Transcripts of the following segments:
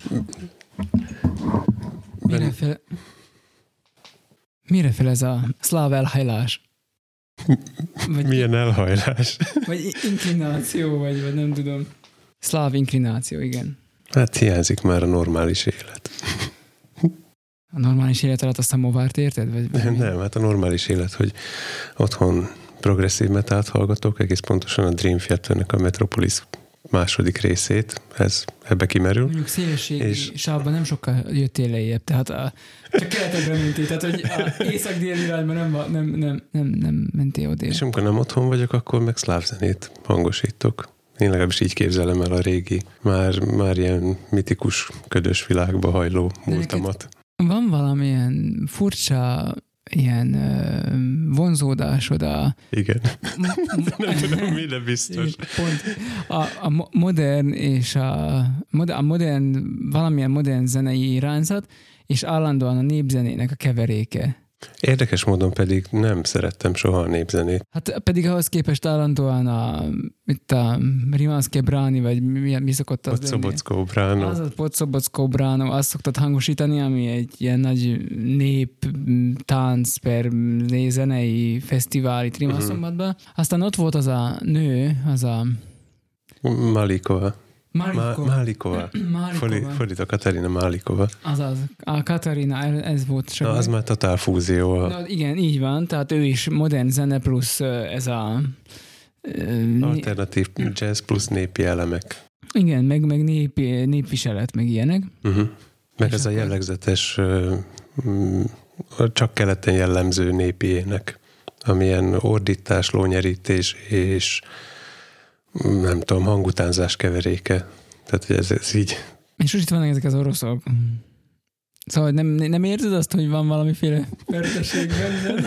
Mire fel ez a szláv elhajlás? Milyen elhajlás? Vagy inklináció, vagy nem tudom. Szláv inklináció, igen. Hát hiányzik már a normális élet. A normális élet alatt a szamovárt érted? Vagy nem, hát a normális élet, hogy otthon progresszív metált hallgatok, egész pontosan a Dream Theaternek a Metropolis második részét, ebbe kimerül. Mondjuk szélességi sávban nem sokkal jöttél lejjebb, tehát csak keletekre mentél, tehát hogy észak-dél irányban nem mentél odél. És amikor nem otthon vagyok, akkor meg szláv zenét hangosítok. Én legalábbis így képzelem el a régi, már ilyen mitikus, ködös világba hajló múltamat. Van valamilyen furcsa ilyen vonzódásod Igen. Nem tudom, mire biztos. Pont a modern és a modern, valamilyen modern zenei irányzat, és állandóan a népzenének a keveréke. Érdekes módon pedig nem szerettem soha a népzenét. Hát pedig ahhoz képest állandóan a Rimanské brány, vagy mi szokott az lenni? Podszobockó Brano. Az a Podszobockó Brano, azt szoktad hangosítani, ami egy ilyen nagy nép tánc per zenei fesztivál itt Rimaszombatban. Aztán ott volt az a nő, az a... Malikova. Fordít a Katarina Malikova. Azaz, a Katarina, ez volt csak. Az már totál fúzió. Igen, így van, tehát ő is modern zene plusz ez a... Alternatív jazz plusz népi elemek. Igen, meg népviselet, meg ilyenek. Meg ez a jellegzetes, csak keleten jellemző népi ének, amilyen ordítás, lónyerítés és nem tudom, hangutánzás keveréke. Tehát, hogy ez így... És most itt vannak ezek az oroszok. Szóval nem érzed azt, hogy van valamiféle örökség benned?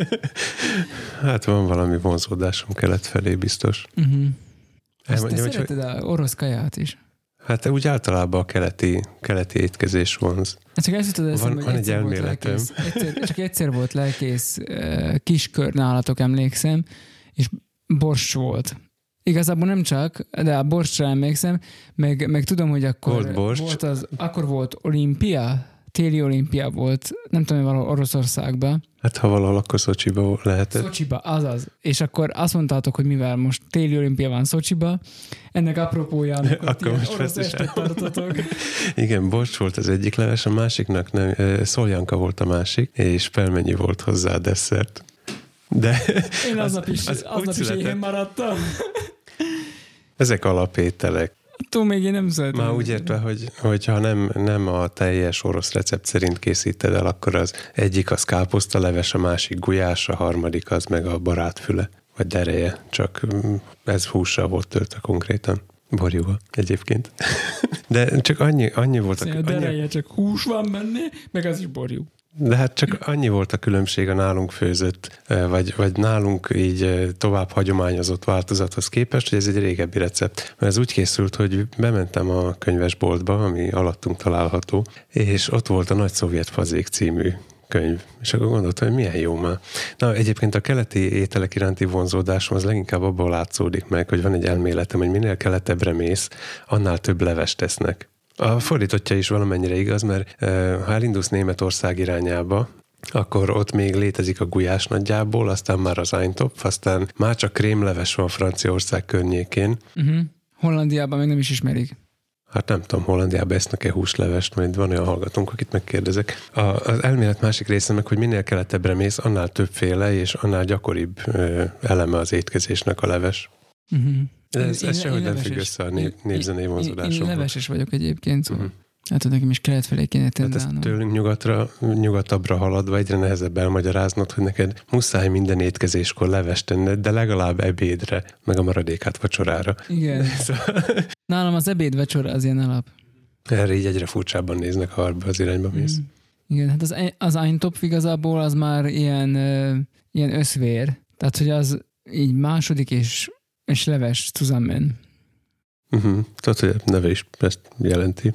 Hát van valami vonzódásom kelet felé biztos. Azt te szereted az orosz kaját is? Hát úgy általában a keleti étkezés vonz. Hát csak ezt jutod eszembe, van egy elméletem. Csak egyszer volt lelkész kiskör nálatok, emlékszem, és borscs volt. Igazából nem csak, de a borcsra emlékszem, meg tudom, hogy akkor volt olimpia, téli olimpia volt, nem tudom, valahol Oroszországban. Hát ha valahol, akkor Szocsiba lehetett. Szocsiba, azaz. És akkor azt mondtátok, hogy mivel most téli olimpia van Szocsiba, ennek apropóján akkor orosz estet tartotok. Igen, borcs volt az egyik leves, a másiknak nem, szoljanka volt a másik, és pelmennyi volt hozzá a desszert. De én aznap is éhen maradtam. Ezek alapételek. Attól még én nem szeretem. Már úgy értve, hogy ha nem a teljes orosz recept szerint készíted el, akkor az egyik az káposztaleves, a másik gulyás, a harmadik az meg a barátfüle, vagy dereje. Csak ez hússal volt töltve konkrétan. Borjúval egyébként. De csak annyi volt. A dereje csak hús van benne, meg az is borjú. De hát csak annyi volt a különbség a nálunk főzött, vagy nálunk így tovább hagyományozott változathoz képest, hogy ez egy régebbi recept. Mert ez úgy készült, hogy bementem a könyvesboltba, ami alattunk található, és ott volt a Nagy Szovjet Fazék című könyv. És akkor gondoltam, hogy milyen jó már. Na, egyébként a keleti ételek iránti vonzódásom az leginkább abból látszódik meg, hogy van egy elméletem, hogy minél keletebbre mész, annál több levest tesznek. A fordítottja is valamennyire igaz, mert ha elindulsz Németország irányába, akkor ott még létezik a gulyás nagyjából, aztán már az Eintopf, aztán már csak krémleves van Franciaország környékén. Hollandiában még nem is ismerik. Hát nem tudom, Hollandiában esznek-e húslevest, majd van olyan hallgatónk, akit megkérdezek. Az elmélet másik része meg, hogy minél keletebbre mész, annál többféle és annál gyakoribb eleme az étkezésnek a leves. De ez sehogy nem függ össze a népzenei vonzódásomban. Én leveses vagyok egyébként, szóval. Hát nekem is kelet felé kéne tendálnom. Hát tőlünk nyugatabbra haladva egyre nehezebb elmagyaráznod, hogy neked muszáj minden étkezéskor levest tenned, de legalább ebédre, meg a maradékát vacsorára. Igen. Szóval... Nálam az ebéd vacsora az ilyen alap. Erre így egyre furcsábban néznek, ha arba az irányba mész. Igen, hát az Eintopf igazából az már ilyen összvér. Tehát, hogy az így második és leves zusammen. Tehát, hogy a neve is ezt jelenti.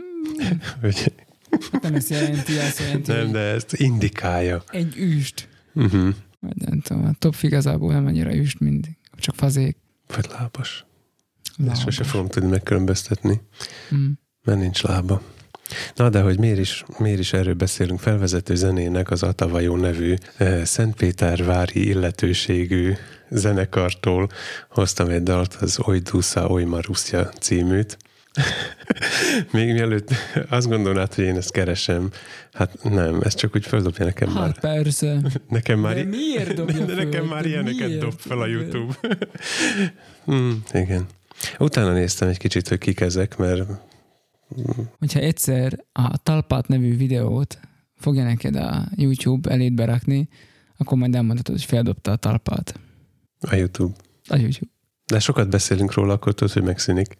Nem ezt jelenti, azt jelenti. Nem, de ezt indikálja. Egy üst. Nem tudom, a Topf igazából nem annyira üst mindig. Csak fazék. Vagy lábas. Ezt sose fogom tudni megkülönböztetni, mert nincs lába. Na, de hogy miért is erről beszélünk, felvezető zenének az Atavajó nevű Szentpétervári illetőségű zenekartól hoztam egy dalt, az Oj Dusza, Oj Marussia címűt. Még mielőtt azt gondolnád, hogy én ezt keresem, hát nem, ez csak úgy földobja nekem hát már. Hát persze. Nekem már de miért dobja de nekem már ilyeneket dob fel a YouTube. Igen. Utána néztem egy kicsit, hogy kik ezek, mert hogyha egyszer a Talpát nevű videót fogja neked a YouTube eléd berakni, akkor majd elmondhatod, hogy feldobta a Talpát. A YouTube. A YouTube. De sokat beszélünk róla, akkor tudod, hogy megszűnik.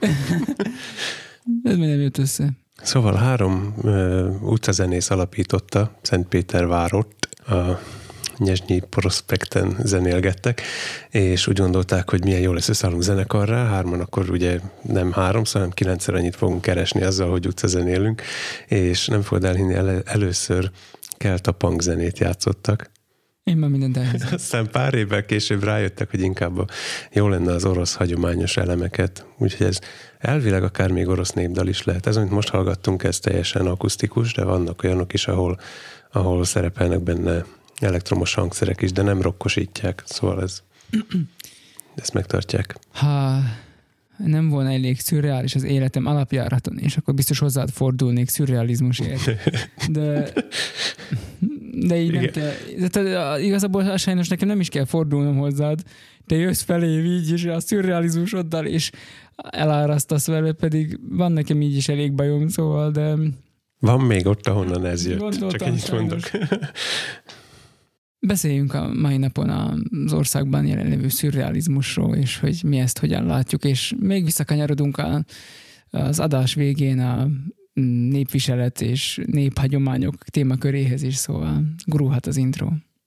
Ez még nem jött össze. Szóval 3 utcazenész alapította Szentpétervárot, a Nyesnyi Prospekten zenélgettek, és úgy gondolták, hogy milyen jó lesz összeállunk zenekarrá, 3-an akkor ugye nem 3, hanem 9-szer annyit fogunk keresni azzal, hogy utcazenélünk, és nem fogod elhinni, először kelta punk zenét játszottak. Én már mindent elhiszem. Aztán pár évvel később rájöttek, hogy inkább jó lenne az orosz hagyományos elemeket, úgyhogy ez elvileg akár még orosz népdal is lehet. Ez, amit most hallgattunk, ez teljesen akusztikus, de vannak olyanok is, ahol szerepelnek benne elektromos hangszerek is, de nem rokkosítják, szóval ezt megtartják. Ha nem volna elég szürreális az életem alapjáraton, és akkor biztos hozzád fordulnék szürrealizmusért. De így nem kell. De igazából sajnos nekem nem is kell fordulnom hozzád. Te jössz felém így is a szürrealizmusoddal, és elárasztasz vele, pedig van nekem így is elég bajom, szóval, de... Van még ott, ahonnan ez jött. Gondoltam, csak ennyit mondok. Beszéljünk a mai napon az országban jelenlévő szürrealizmusról, és hogy mi ezt hogyan látjuk, és még visszakanyarodunk az adás végén a népviselet és néphagyományok témaköréhez is, szóval gurulhat az intro.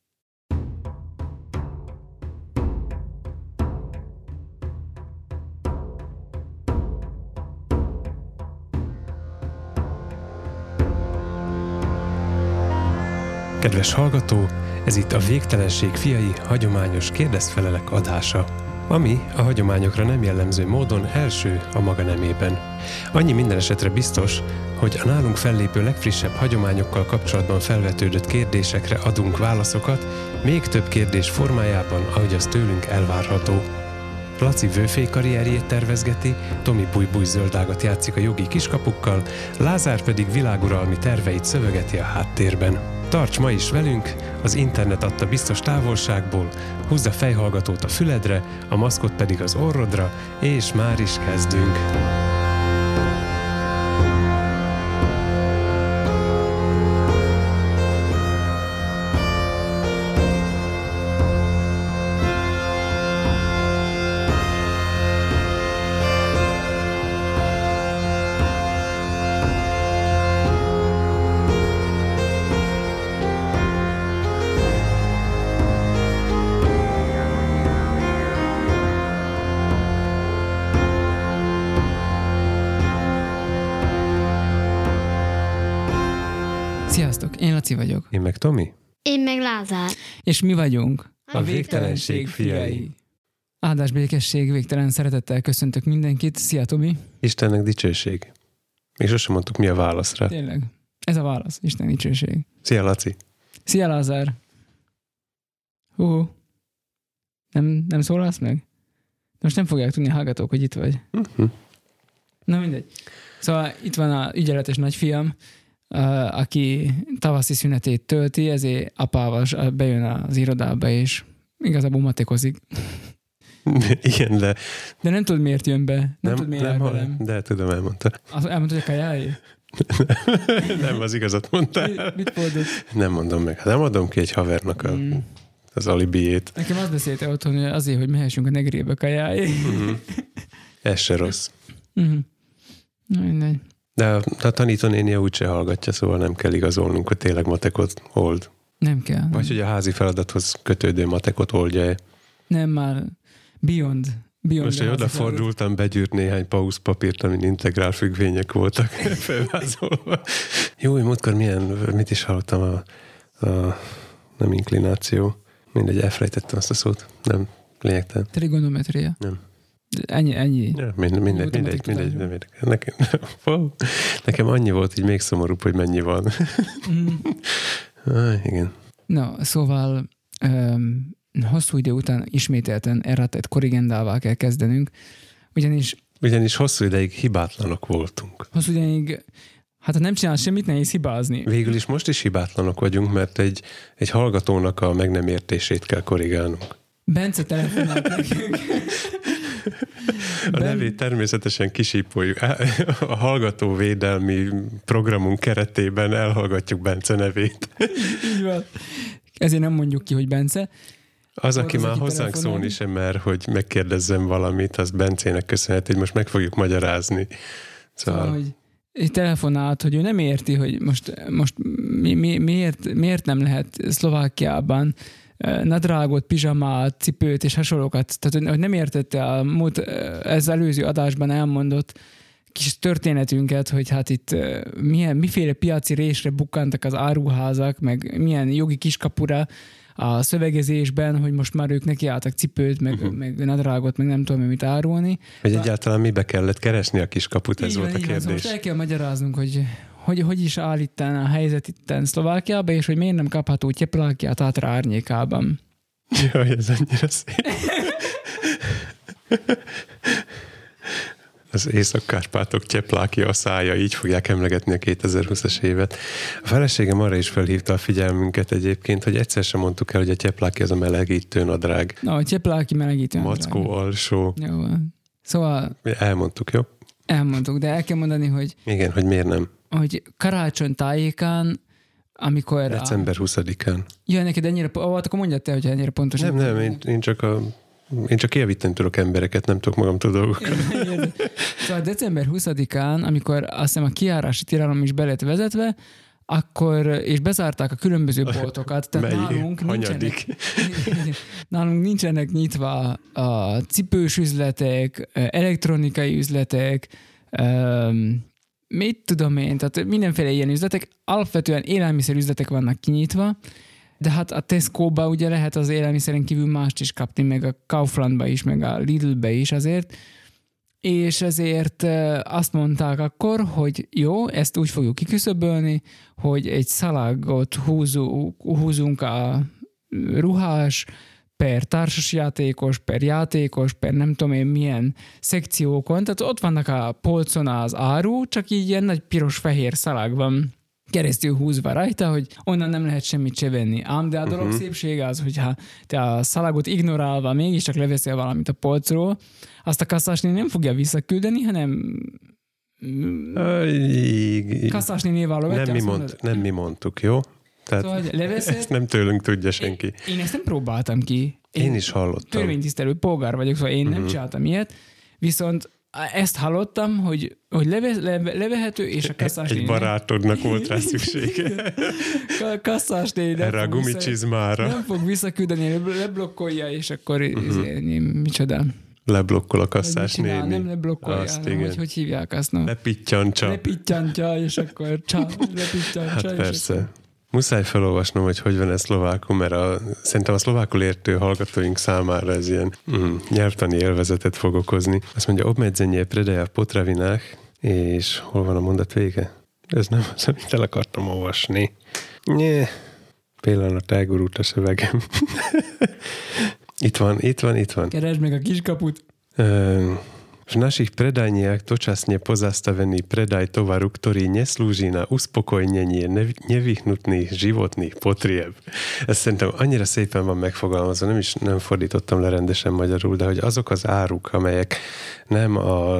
Kedves hallgató, ez itt a Végtelenség fiai hagyományos kérdezfelelek adása, ami a hagyományokra nem jellemző módon első a maga nemében. Annyi minden esetre biztos, hogy a nálunk fellépő legfrissebb hagyományokkal kapcsolatban felvetődött kérdésekre adunk válaszokat, még több kérdés formájában, ahogy az tőlünk elvárható. Laci vőfély karrierjét tervezgeti, Tomi bújbúj zöldágat játszik a jogi kiskapukkal, Lázár pedig világuralmi terveit szövegeti a háttérben. Tarts ma is velünk, az internet adta biztos távolságból, húzd a fejhallgatót a füledre, a maszkot pedig az orrodra, és már is kezdünk. Sziasztok, én Laci vagyok. Én meg Tomi. Én meg Lázár. És mi vagyunk A Végtelenség fiai. Áldás békesség, végtelen szeretettel köszöntök mindenkit. Szia, Tomi. Istennek dicsőség. Még sosem mondtuk, mi a válasz rá. Tényleg. Ez a válasz. Isten dicsőség. Szia, Laci. Szia, Lázár. Nem szólalsz meg? Most nem fogják tudni a hallgatók, hogy itt vagy. Na mindegy. Szóval itt van a ügyeletes nagyfiam, aki tavaszi szünetét tölti, ezért apával bejön az irodába, és igazából matekozik. Igen, de... De nem tudod, miért jön be. Nem tudod, miért velem. De tudom, elmondta. Elmondta, hogy a kajáé? Nem, az igazat mondtál. Mit mondod? Nem mondom meg. Nem adom ki egy havernak az alibiét. Nekem azt beszélte otthon, hogy azért, hogy mehessünk a negrébe kajáé. Ez se rossz. Na, mindegy. De a tanítónénia úgyse hallgatja, szóval nem kell igazolnunk, hogy tényleg matekot old. Nem kell. Nem. Vagy hogy a házi feladathoz kötődő matekot oldja-e. Nem, már beyond most, hogy odafordultam, begyűrt néhány pauszpapírt, amin integrál függvények voltak felvázolva. Jó, hogy múltkor mit is hallottam a nem inklináció. Mindegy, elfelejtettem azt a szót. Nem, lényegtelen. Trigonometria. Nem. Ennyi. Ja, mindegy. Nekem annyi volt, így még szomorúbb, hogy mennyi van. Igen. Na, szóval hosszú idő után ismételten erratet korrigendálva kell kezdenünk, Ugyanis hosszú ideig hibátlanok voltunk. Hosszú ideig, hát ha nem csinál semmit, nehéz hibázni. Végül is most is hibátlanok vagyunk, mert egy hallgatónak a meg nem értését kell korrigálnunk. Bence telefonált nekünk. A nevét természetesen kisípoljuk. A hallgatóvédelmi programunk keretében elhallgatjuk Bence nevét. Így van. Ezért nem mondjuk ki, hogy Bence. Az, aki már hozzánk szólni sem mer, hogy megkérdezzem valamit, az Bencének köszönhet, hogy most meg fogjuk magyarázni. Szóval hogy telefonált, hogy ő nem érti, hogy most miért nem lehet Szlovákiában nadrágot, pizsamát, cipőt és hasonlókat. Tehát, hogy nem értette ez előző adásban elmondott kis történetünket, hogy hát itt miféle piaci résre bukkantak az áruházak, meg milyen jogi kiskapura a szövegezésben, hogy most már ők nekiálltak cipőt, meg nadrágot, meg nem tudom, mit árulni. Hogy egyáltalán mibe kellett keresni a kiskaput, ez volt a kérdés. Most el kell magyaráznunk, hogy is áll itten a helyzet itten Szlovákiában, és hogy miért nem kapható Tyeplákia Tátra árnyékában. Jaj, ez annyira szép. Az Észak-Kárpátok Tyeplákia a szája, így fogják emlegetni a 2020-as évet. A feleségem arra is felhívta a figyelmünket egyébként, hogy egyszer sem mondtuk el, hogy a Tyepláki az a melegítő nadrág. Na, a Tyepláki melegítő nadrág. Mackó alsó. Jó. Szóval... Elmondtuk, jó? Elmondtuk, de el kell mondani, hogy... Igen, hogy miért nem. Hogy karácsony tájékán, amikor... December 20-án. Ja, neked ennyire... akkor mondjad te, hogy ennyire pontosan. Nem, én csak kijavítani tudok embereket, nem tudok magam dolgokat. Szóval december 20-án, amikor azt hiszem a kijárási tilalom is be lett vezetve, akkor, és bezárták a különböző boltokat, tehát nálunk nincsenek nyitva a cipős üzletek, elektronikai üzletek, mit tudom én, tehát mindenféle ilyen üzletek, alapvetően élelmiszerüzletek vannak kinyitva, de hát a Tesco-ba ugye lehet az élelmiszeren kívül mást is kapni, meg a Kauflandba is, meg a Lidlbe is azért, és ezért azt mondták akkor, hogy jó, ezt úgy fogjuk kiküszöbölni, hogy egy szalagot húzunk a ruhás, per társasjátékos, per játékos, per nem tudom én milyen szekciókon, tehát ott vannak a polcon az áru, csak így ilyen nagy piros-fehér szalag van keresztül húzva rajta, hogy onnan nem lehet semmit se venni. Ám de a dolog szépsége az, hogyha te a szalagot ignorálva mégiscsak leveszel valamit a polcról, azt a kasszásné nem fogja visszaküldeni, hanem kasszásné névállogatja. Nem mi mondtuk, jó? Tehát szóval, ezt nem tőlünk tudja senki. Én ezt nem próbáltam ki. Én is hallottam. Törvénytisztelő polgár vagyok, szóval én nem csináltam ilyet, viszont ezt hallottam, hogy levehető, és a kasszásnél... Egy barátodnak volt rá szüksége. Kasszásnél erre a gumicsizmára. Nem fog visszaküldeni, leblokkolja, és akkor micsoda. Leblokkol a kasszás néni. Nem leblokkolja, azt, hanem hogy hívják azt? No? Lepittyantja, és akkor lepittyantja. Hát persze. Muszáj felolvasnom, hogy van ez szlovákul, mert szerintem a szlovákul értő hallgatóink számára ez ilyen nyelvtani élvezetet fog okozni. Azt mondja, obmedzenie predaja v potravinách, és hol van a mondat vége? Ez nem az, amit el akartam olvasni. Pillanat, elgurult a szövegem. Itt van. Keresd meg a kiskaput. V našich predajniach dočasne pozastavený predaj tovaru, ktorý neslúži na uspokojnenie nevyhnutných životných potrieb. Ez szerintem annyira szépen van megfogalmazva, nem fordítottam le rendesen magyarul, de hogy azok az áruk, amelyek nem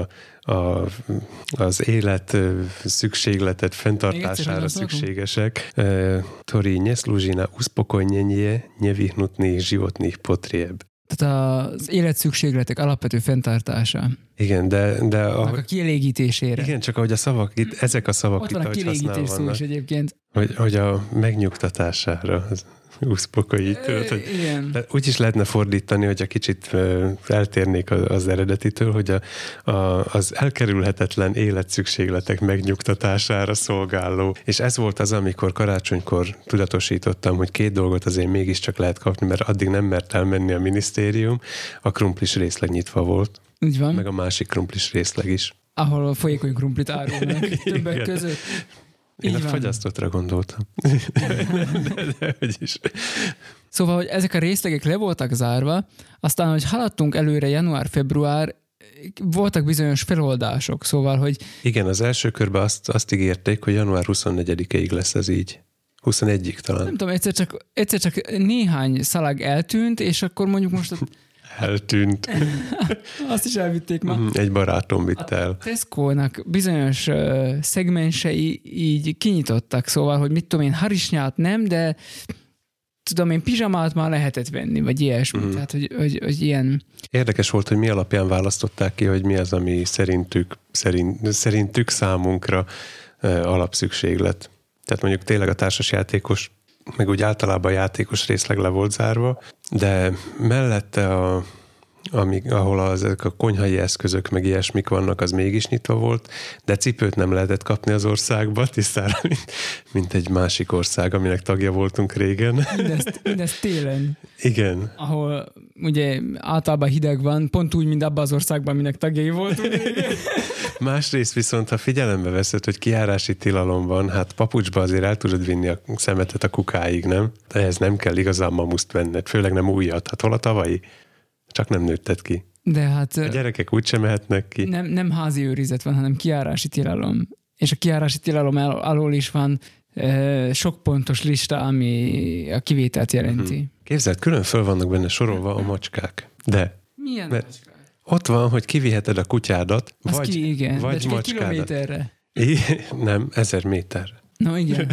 az élet szükségletet fenntartására szükségesek, ktorý neslúži na uspokojenie nevyhnutných životných potrieb. Tehát az életszükségletek alapvető fenntartása. Igen, de a kielégítésére. Igen, csak ahogy a szavak itt, ezek a szavak ott itt, van a kielégítés szó is egyébként. hogy a megnyugtatására az úszpokai, tudod, hogy úgy is lehetne fordítani, hogy a kicsit eltérnék az eredetitől, hogy az elkerülhetetlen életszükségletek megnyugtatására szolgáló. És ez volt az, amikor karácsonykor tudatosítottam, hogy 2 dolgot azért mégiscsak lehet kapni, mert addig nem mert elmenni a minisztérium, a krumplis részleg nyitva volt. Úgy van. Meg a másik krumplis részleg is. Ahol a folyékony krumplit árulnak többek között. Én a fagyasztottra gondoltam. de hogy is. Szóval, hogy ezek a részlegek le voltak zárva, aztán, hogy haladtunk előre január-február, voltak bizonyos feloldások, szóval, hogy... Igen, az első körben azt ígérték, hogy január 24-ig lesz ez így. 21-ig talán. Nem tudom, egyszer csak néhány szalag eltűnt, és akkor mondjuk most... Eltűnt. Azt is elvitték már. Egy barátom vitt el. A Tesco-nak bizonyos szegmensei így kinyitottak, szóval, hogy mit tudom én, harisnyát nem, de tudom én, pizsamát már lehetett venni, vagy ilyesmi. Tehát, hogy ilyen... Érdekes volt, hogy mi alapján választották ki, hogy mi az, ami szerintük számunkra alapszükséglet. Tehát mondjuk tényleg a társasjátékos, meg úgy általában a játékos részleg le volt zárva, de mellette ahol ezek a konyhai eszközök meg ilyesmik vannak, az mégis nyitva volt, de cipőt nem lehetett kapni az országba, tisztára, mint egy másik ország, aminek tagja voltunk régen. Mindezt télen. Igen. Ahol ugye általában hideg van, pont úgy, mint abban az országban, aminek tagjai voltunk régen. Másrészt viszont, ha figyelembe veszed, hogy kijárási tilalom van, hát papucsba azért el tudod vinni a szemetet a kukáig, nem? De ehhez nem kell igazán mamuszt venned, főleg nem újat. Hát hol a tavalyi? Csak nem nőtted ki. De hát... A gyerekek úgysem mehetnek ki. Nem házi őrizet van, hanem kijárási tilalom. És a kijárási tilalom alól is van sok pontos lista, ami a kivételt jelenti. Képzeld, külön föl vannak benne sorolva a macskák. De... Milyen macskák? Ott van, hogy kiviheted a kutyádat, igen, vagy de csak macskádat. egy kilométerre. Nem, 1000 méterre. No, igen.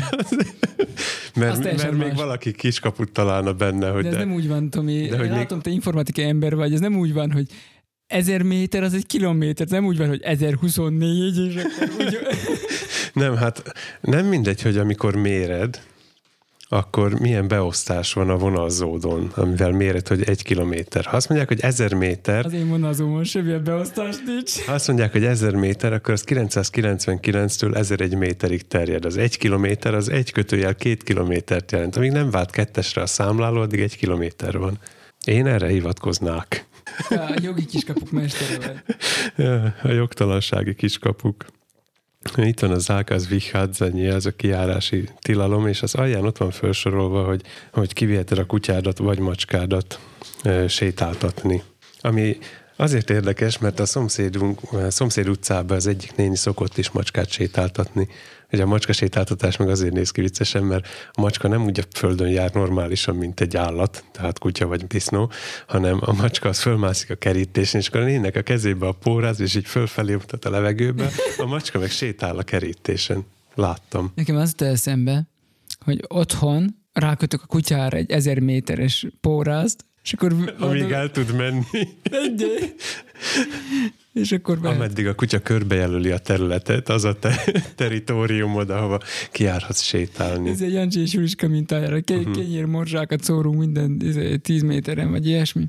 mert még valaki kiskaput találna benne, hogy de ez nem úgy van, Tomi. De hogy látom, te informatikai ember vagy, ez nem úgy van, hogy 1000 méter az egy kilométer, nem úgy van, hogy 1024, és akkor úgy... Nem, hát nem mindegy, hogy amikor méred, akkor milyen beosztás van a vonalzódon, amivel méred, hogy 1 kilométer. Ha azt mondják, hogy 1000 méter... Az én vonalzómon semmilyen beosztás nincs. Ha azt mondják, hogy 1000 méter, akkor az 999-től 1001 méterig terjed. Az 1 kilométer, az 1/2 kilométert jelent. Amíg nem vált 2-esre a számláló, addig 1 kilométer van. Én erre hivatkoznák. A jogi kiskapuk mestere vagy. A jogtalansági kiskapuk. Itt van a zákaz vychádzanyi, ez a kijárási tilalom, és az alján ott van felsorolva, hogy kiviheted a kutyádat vagy macskádat sétáltatni. Ami azért érdekes, mert a szomszéd utcában az egyik néni szokott is macskát sétáltatni. Ugye a macska sétáltatás meg azért néz ki viccesen, mert a macska nem úgy a földön jár normálisan, mint egy állat, tehát kutya vagy disznó, hanem a macska az fölmászik a kerítésen, és akkor a néninek a kezébe a póráz, és így fölfelé mutat a levegőbe, a macska meg sétál a kerítésen. Láttam. Nekem az jut eszembe, hogy otthon rákötök a kutyára egy 1000 méteres pórázt, és akkor... Amíg el tud menni. És akkor ameddig a kutya körbejelöli a területet, az a teritoriumod, ahova kijárhatsz sétálni. Ez egy Jancsi és Juliska mintájára. Kenyér morzsákat szórunk minden 10 méteren, vagy ilyesmi.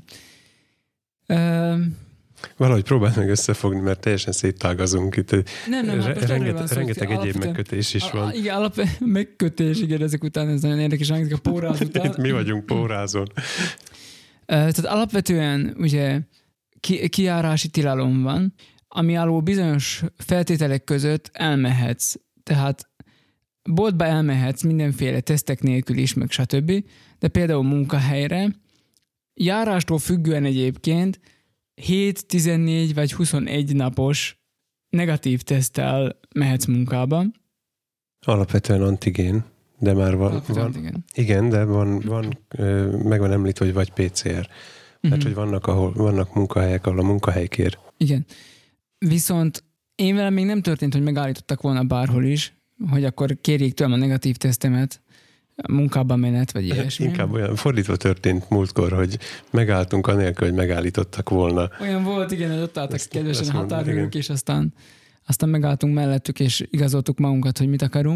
Valahogy próbáld meg összefogni, mert teljesen széttágazunk itt. Nem, rengeteg egyéb megkötés is van. Igen, megkötés, igen, ezek után ez nagyon érdekes, hangzik a póráz után. Itt mi vagyunk pórázon. Tehát alapvetően ugye kijárási tilalom van, ami alól bizonyos feltételek között elmehetsz. Tehát boltba elmehetsz mindenféle tesztek nélkül is, meg stb. De például munkahelyre járástól függően egyébként 7, 14 vagy 21 napos negatív teszttel mehetsz munkába. Alapvetően antigén, de már van igen, de meg van említve, hogy vagy PCR. Tehát, hogy vannak munkahelyek, ahol a munkahely kér. Igen. Viszont én velem még nem történt, hogy megállítottak volna bárhol is, hogy akkor kérjék tőlem a negatív tesztemet, munkába menet, vagy ilyesmi. Inkább olyan fordítva történt múltkor, hogy megálltunk anélkül, hogy megállítottak volna. Olyan volt, igen, hogy ott álltak kedvesen a határőrök, és aztán megálltunk mellettük, és igazoltuk magunkat, hogy mit akarunk.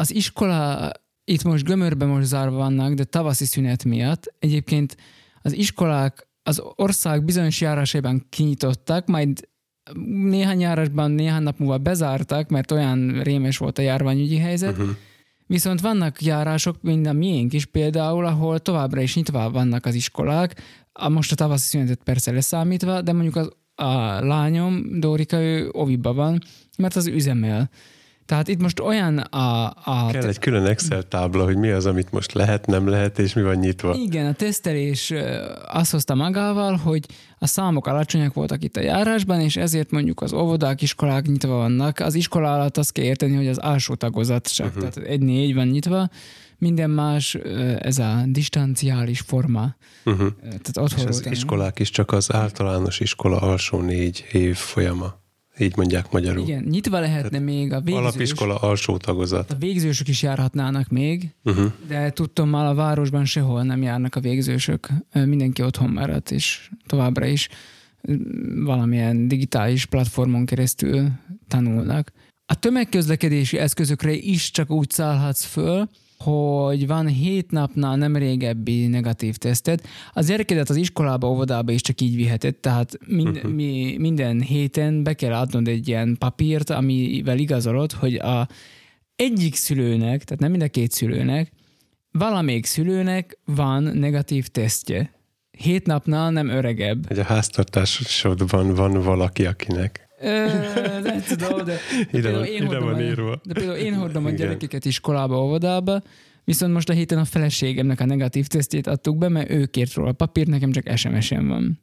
az iskola itt most gömörbe most zárva vannak, de tavaszi szünet miatt. Egyébként az iskolák az ország bizonyos járásaiban kinyitottak, majd néhány járásban néhány nap múlva bezártak, mert olyan rémes volt a járványügyi helyzet. Viszont vannak járások, mint a miénk is például, ahol továbbra is nyitva vannak az iskolák, most a tavaszi szünetet persze leszámítva, de mondjuk a lányom, Dórika, ő oviba van, mert az üzemel. Tehát itt most olyan kell egy külön Excel tábla, hogy mi az, amit most lehet, nem lehet, és mi van nyitva. Igen, a tesztelés azt hozta magával, hogy a számok alacsonyak voltak itt a járásban, és ezért mondjuk az óvodák, iskolák nyitva vannak. Az iskola alatt azt kell érteni, hogy az alsó tagozat csak, tehát 1-4 van nyitva, minden más ez a distanciális forma. Tehát és az iskolák is csak az általános iskola alsó 4 év folyama. Így mondják magyarul. Igen, nyitva lehetne tehát még a végzős. Alapiskola alsó tagozat. A végzősök is járhatnának még, de tudtommal a városban sehol nem járnak a végzősök. Mindenki otthon maradt, és továbbra is valamilyen digitális platformon keresztül tanulnak. A tömegközlekedési eszközökre is csak úgy szállhatsz föl, hogy van 7 napnál nem régebbi negatív teszted. Az gyerekedet az iskolába, óvodába is csak így viheted, tehát minden héten be kell adnod egy ilyen papírt, amivel igazolod, hogy egyik szülőnek, tehát nem mind a 2 szülőnek, valamelyik szülőnek van negatív tesztje. 7 napnál nem öregebb. Hogy a háztartásodban van valaki, akinek. Nem tudom, de például én hordom a gyerekeket iskolába, óvodába, viszont most a héten a feleségemnek a negatív tesztjét adtuk be, mert ő kért róla a papírt, nekem csak SMS-en van.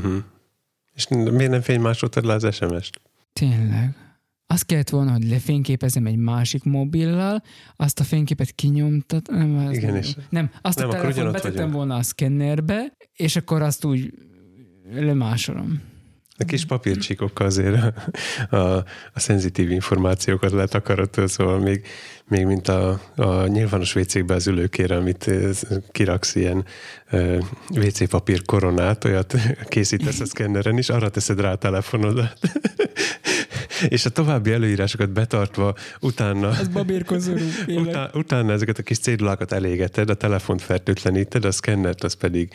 És miért nem fénymásoltad le az SMS-t? Tényleg. Azt kellett volna, hogy lefényképezem egy másik mobillal, azt a fényképet kinyomtat. Azt a telefont betettem volna a szkennerbe, és akkor azt úgy lemásolom. A kis papírcsíkokkal azért a szenzitív információkat letakarod, szóval még mint a nyilvános WC-kbe az ülőkére, amit kiraksz ilyen WC papír koronát, olyat készítesz a szkenneren is, arra teszed rá a telefonodat. És a további előírásokat betartva utána... Az babérkozorú. Utána ezeket a kis cédulákat elégeted, a telefont fertőtleníted, a szkennert az pedig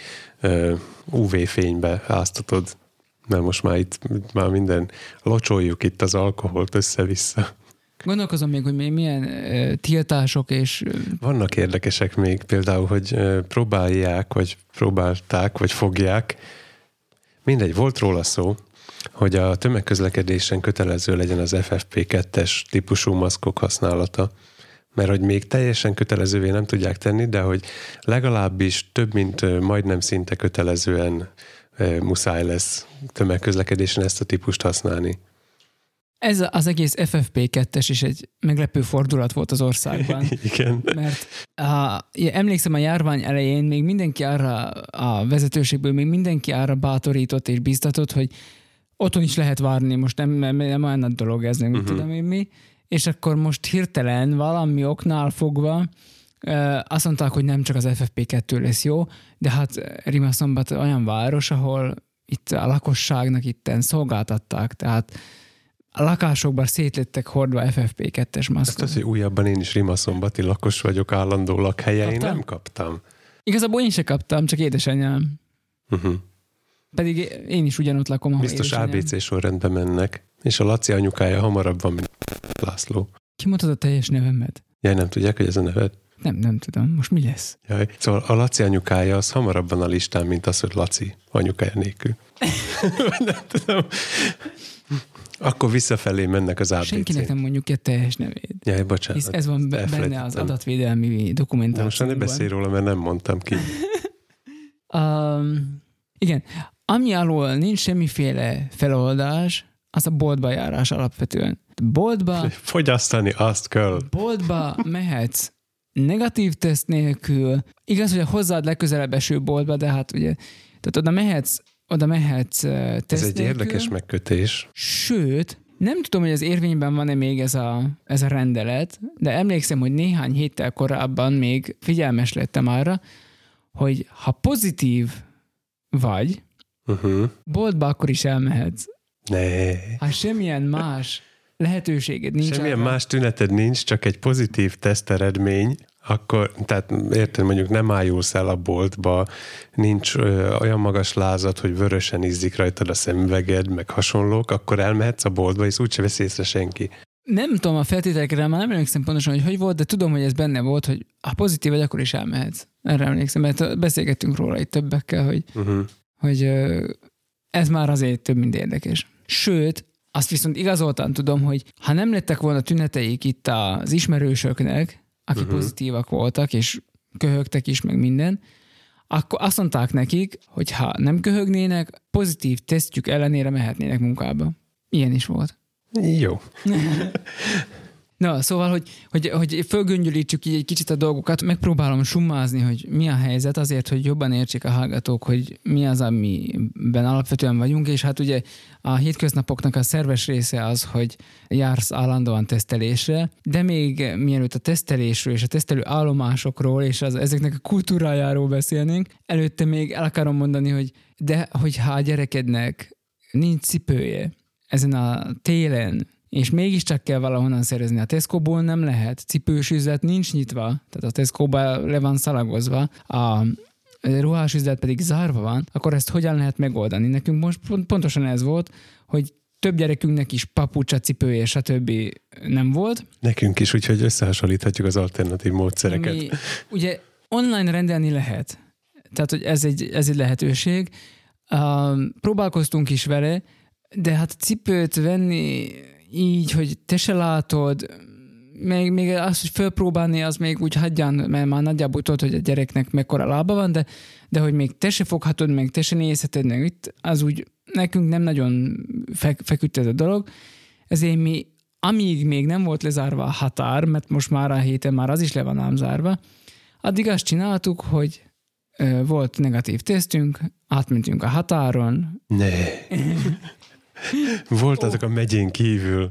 UV-fénybe áztatod. Mert most már minden, locsoljuk itt az alkoholt össze-vissza. Gondolkozom még, hogy milyen tiltások és... Vannak érdekesek még, például, hogy próbálták, vagy fogják. Mindegy, volt róla szó, hogy a tömegközlekedésen kötelező legyen az FFP2-es típusú maszkok használata. Mert hogy még teljesen kötelezővé nem tudják tenni, de hogy legalábbis több, mint majdnem szinte kötelezően muszáj lesz tömegközlekedésen ezt a típust használni. Ez az egész FFP2-es is egy meglepő fordulat volt az országban. Igen. Mert emlékszem, a járvány elején még mindenki arra, a vezetőségből még mindenki arra bátorított és biztatott, hogy otthon is lehet várni, most nem olyan nagy dolog ez, nem tudom én mi. És akkor most hirtelen valami oknál fogva azt mondták, hogy nem csak az FFP2 lesz jó, de hát Rimaszombat olyan város, ahol itt a lakosságnak itten szolgáltatták, tehát a lakásokban szétlettek hordva FFP2-es maszkok. Ezt az, hogy újabban én is Rimaszombati lakos vagyok, állandó lakhelye, én nem kaptam. Igazából én se kaptam, csak édesanyám. Pedig én is ugyanott lakom, biztos ABC sorrendben mennek, és a Laci anyukája hamarabb van, mint László. Ki mondtad a teljes nevemet? Jaj, nem tudják, hogy ez a neved? Nem tudom. Most mi lesz? Jaj, szóval a Laci anyukája az hamarabban a listán, mint az, hogy Laci anyukája nélkül. Nem tudom. Akkor visszafelé mennek az ABC-n. Senkinek nem mondjuk egy teljes nevét. Jaj, bocsánat. Hisz ez van benne az adatvédelmi dokumentációban. Most ne beszélj róla, mert nem mondtam ki. Igen. Ami alól nincs semmiféle feloldás, az a boltba járás alapvetően. Boltba... Fogyasztani azt kell. Boltba mehetsz negatív teszt nélkül. Igaz, hogy a hozzád legközelebb eső boltba, de hát ugye, tehát oda mehetsz teszt ez egy nélkül. érdekes megkötés. Sőt, nem tudom, hogy az érvényben van-e még ez a rendelet, de emlékszem, hogy néhány héttel korábban még figyelmes lettem arra, hogy ha pozitív vagy, boltba akkor is elmehetsz. Ne. Ha semmilyen más lehetőséged nincs. Semmilyen más tüneted nincs, csak egy pozitív teszteredmény, akkor, tehát érted, mondjuk nem ájulsz el a boltba, nincs olyan magas lázad, hogy vörösen izzik rajtad a szemüveged, meg hasonlók, akkor elmehetsz a boltba, és úgyse vesz észre senki. Nem tudom a feltételekre, már nem emlékszem pontosan, hogy volt, de tudom, hogy ez benne volt, hogy ha pozitív vagy, akkor is elmehetsz. Erre emlékszem, mert beszélgettünk róla itt többekkel, hogy ez már azért több, mint érdekes. Sőt, azt viszont igazoltan tudom, hogy ha nem lettek volna tüneteik itt az ismerősöknek, akik pozitívak voltak, és köhögtek is, meg minden, akkor azt mondták nekik, hogy ha nem köhögnének, pozitív tesztjük ellenére mehetnének munkába. Ilyen is volt. Jó. Na, szóval, hogy fölgöngyölítsük így egy kicsit a dolgokat, megpróbálom summázni, hogy mi a helyzet azért, hogy jobban értsék a hallgatók, hogy mi az, amiben alapvetően vagyunk, és hát ugye a hétköznapoknak a szerves része az, hogy jársz állandóan tesztelésre, de még mielőtt a tesztelésről és a tesztelő állomásokról és ezeknek a kultúrájáról beszélnénk, előtte még el akarom mondani, hogy hogyha a gyerekednek nincs cipője ezen a télen, és mégiscsak kell valahonnan szerezni. A Tesco-ból nem lehet. Cipős üzlet nincs nyitva, tehát a Tesco-ba le van szalagozva, a ruhás üzlet pedig zárva van, akkor ezt hogyan lehet megoldani? Nekünk most pontosan ez volt, hogy több gyerekünknek is papucsa, cipője, stb. Nem volt. Nekünk is, úgyhogy összehasonlíthatjuk az alternatív módszereket. Ugye online rendelni lehet. Tehát, hogy ez egy lehetőség. Próbálkoztunk is vele, de hát cipőt venni így, hogy te se látod, még azt, hogy fölpróbálni, az még úgy hagyján, mert már nagyjából tudod, hogy a gyereknek mekkora lába van, de hogy még te se foghatod, meg te se nézheted, meg itt, az úgy nekünk nem nagyon feküdt ez a dolog. Ezért mi, amíg még nem volt lezárva a határ, mert most már a héten már az is le van ám zárva, addig azt csináltuk, hogy volt negatív tesztünk, átmentünk a határon. Ne. Voltatok a megyén kívül.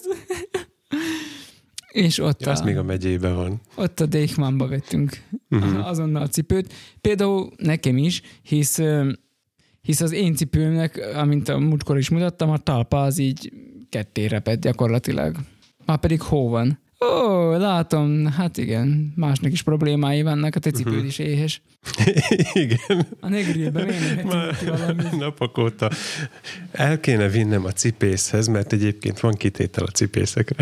És ott az még a megyében van. Ott a Deichmannba vettünk azonnal a cipőt. Például nekem is, hisz az én cipőmnek, amint a múltkor is mutattam, a talpa az így ketté repett gyakorlatilag. Már pedig hó van. Látom, hát igen, másnak is problémái vannak, a te cipőd is éhes. Igen. A Negrilben miért valami? Napok óta el kéne vinnem a cipészhez, mert egyébként van kitétel a cipészekre.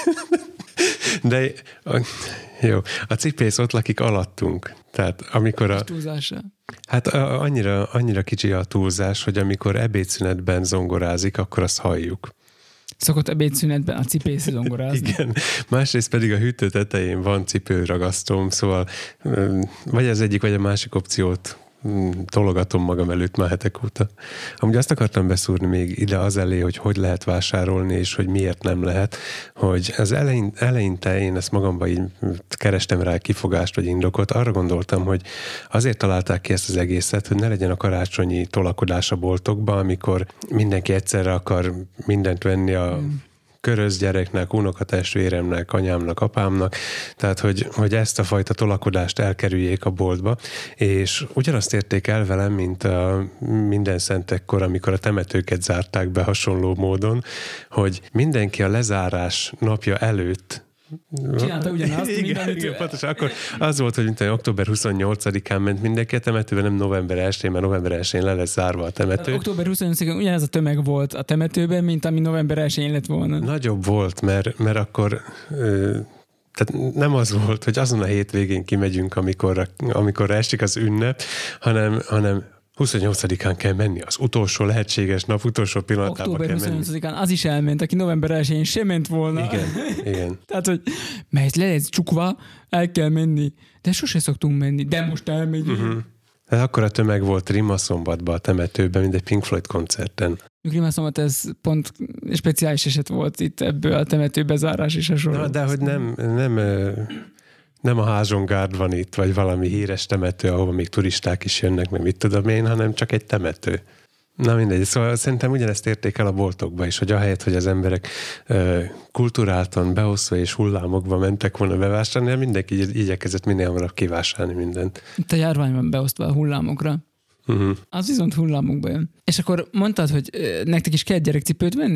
De jó, a cipész ott lakik alattunk. Tehát amikor hát annyira kicsi a túlzás, hogy amikor ebédszünetben zongorázik, akkor azt halljuk. Szokott ebédszünetben a cipész zongorázni. Igen. Másrészt pedig a hűtő tetején van cipőragasztóm, szóval vagy az egyik, vagy a másik opciót tologatom magam előtt már hetek óta. Amúgy azt akartam beszúrni még ide az elé, hogy lehet vásárolni, és hogy miért nem lehet, hogy az eleinte én ezt magamba így kerestem rá kifogást vagy indokot, arra gondoltam, hogy azért találták ki ezt az egészet, hogy ne legyen a karácsonyi tolakodás a boltokba, amikor mindenki egyszerre akar mindent venni a köröz gyereknek, unokatestvéremnek, anyámnak, apámnak, tehát hogy ezt a fajta tolakodást elkerüljék a boltba, és ugyanazt érték el velem, mint a minden szentekkor, amikor a temetőket zárták be hasonló módon, hogy mindenki a lezárás napja előtt csinálta ugyanazt. Igen, pontosan. Akkor az volt, hogy október 28-án ment mindenki a temetőbe, nem november 1-én, mert november 1-én le lesz zárva a temető. Október 28-án ugyanaz a tömeg volt a temetőben, mint ami november 1-én lett volna. Nagyobb volt, mert akkor tehát nem az volt, hogy azon a hétvégén kimegyünk, amikor esik az ünnep, hanem 28-án kell menni, az utolsó lehetséges nap, utolsó pillanatában kell menni. Október 28-án az is elment, aki november 1-én sem ment volna. Igen. Tehát, hogy mert le lesz csukva, el kell menni. De sose szoktunk menni, de most elmegyünk. Tehát akkor a tömeg volt Rimaszombatban a temetőben, mint egy Pink Floyd koncerten. Rimaszombat ez pont speciális eset volt itt ebből a temetőbezárás is hasonló. De hogy nem a Házsongárd van itt, vagy valami híres temető, ahova még turisták is jönnek, meg mit tudom én, hanem csak egy temető. Na mindegy, szóval szerintem ugyanezt érték el a boltokba is, hogy ahelyett, hogy az emberek kulturáltan, beosztva és hullámokba mentek volna bevásárolni, mindenki igyekezett minél hamarabb kivásárolni mindent. Itt a járvány van beosztva a hullámokra. Az viszont hullámokba jön. És akkor mondtad, hogy nektek is kell gyerekcipőt venni?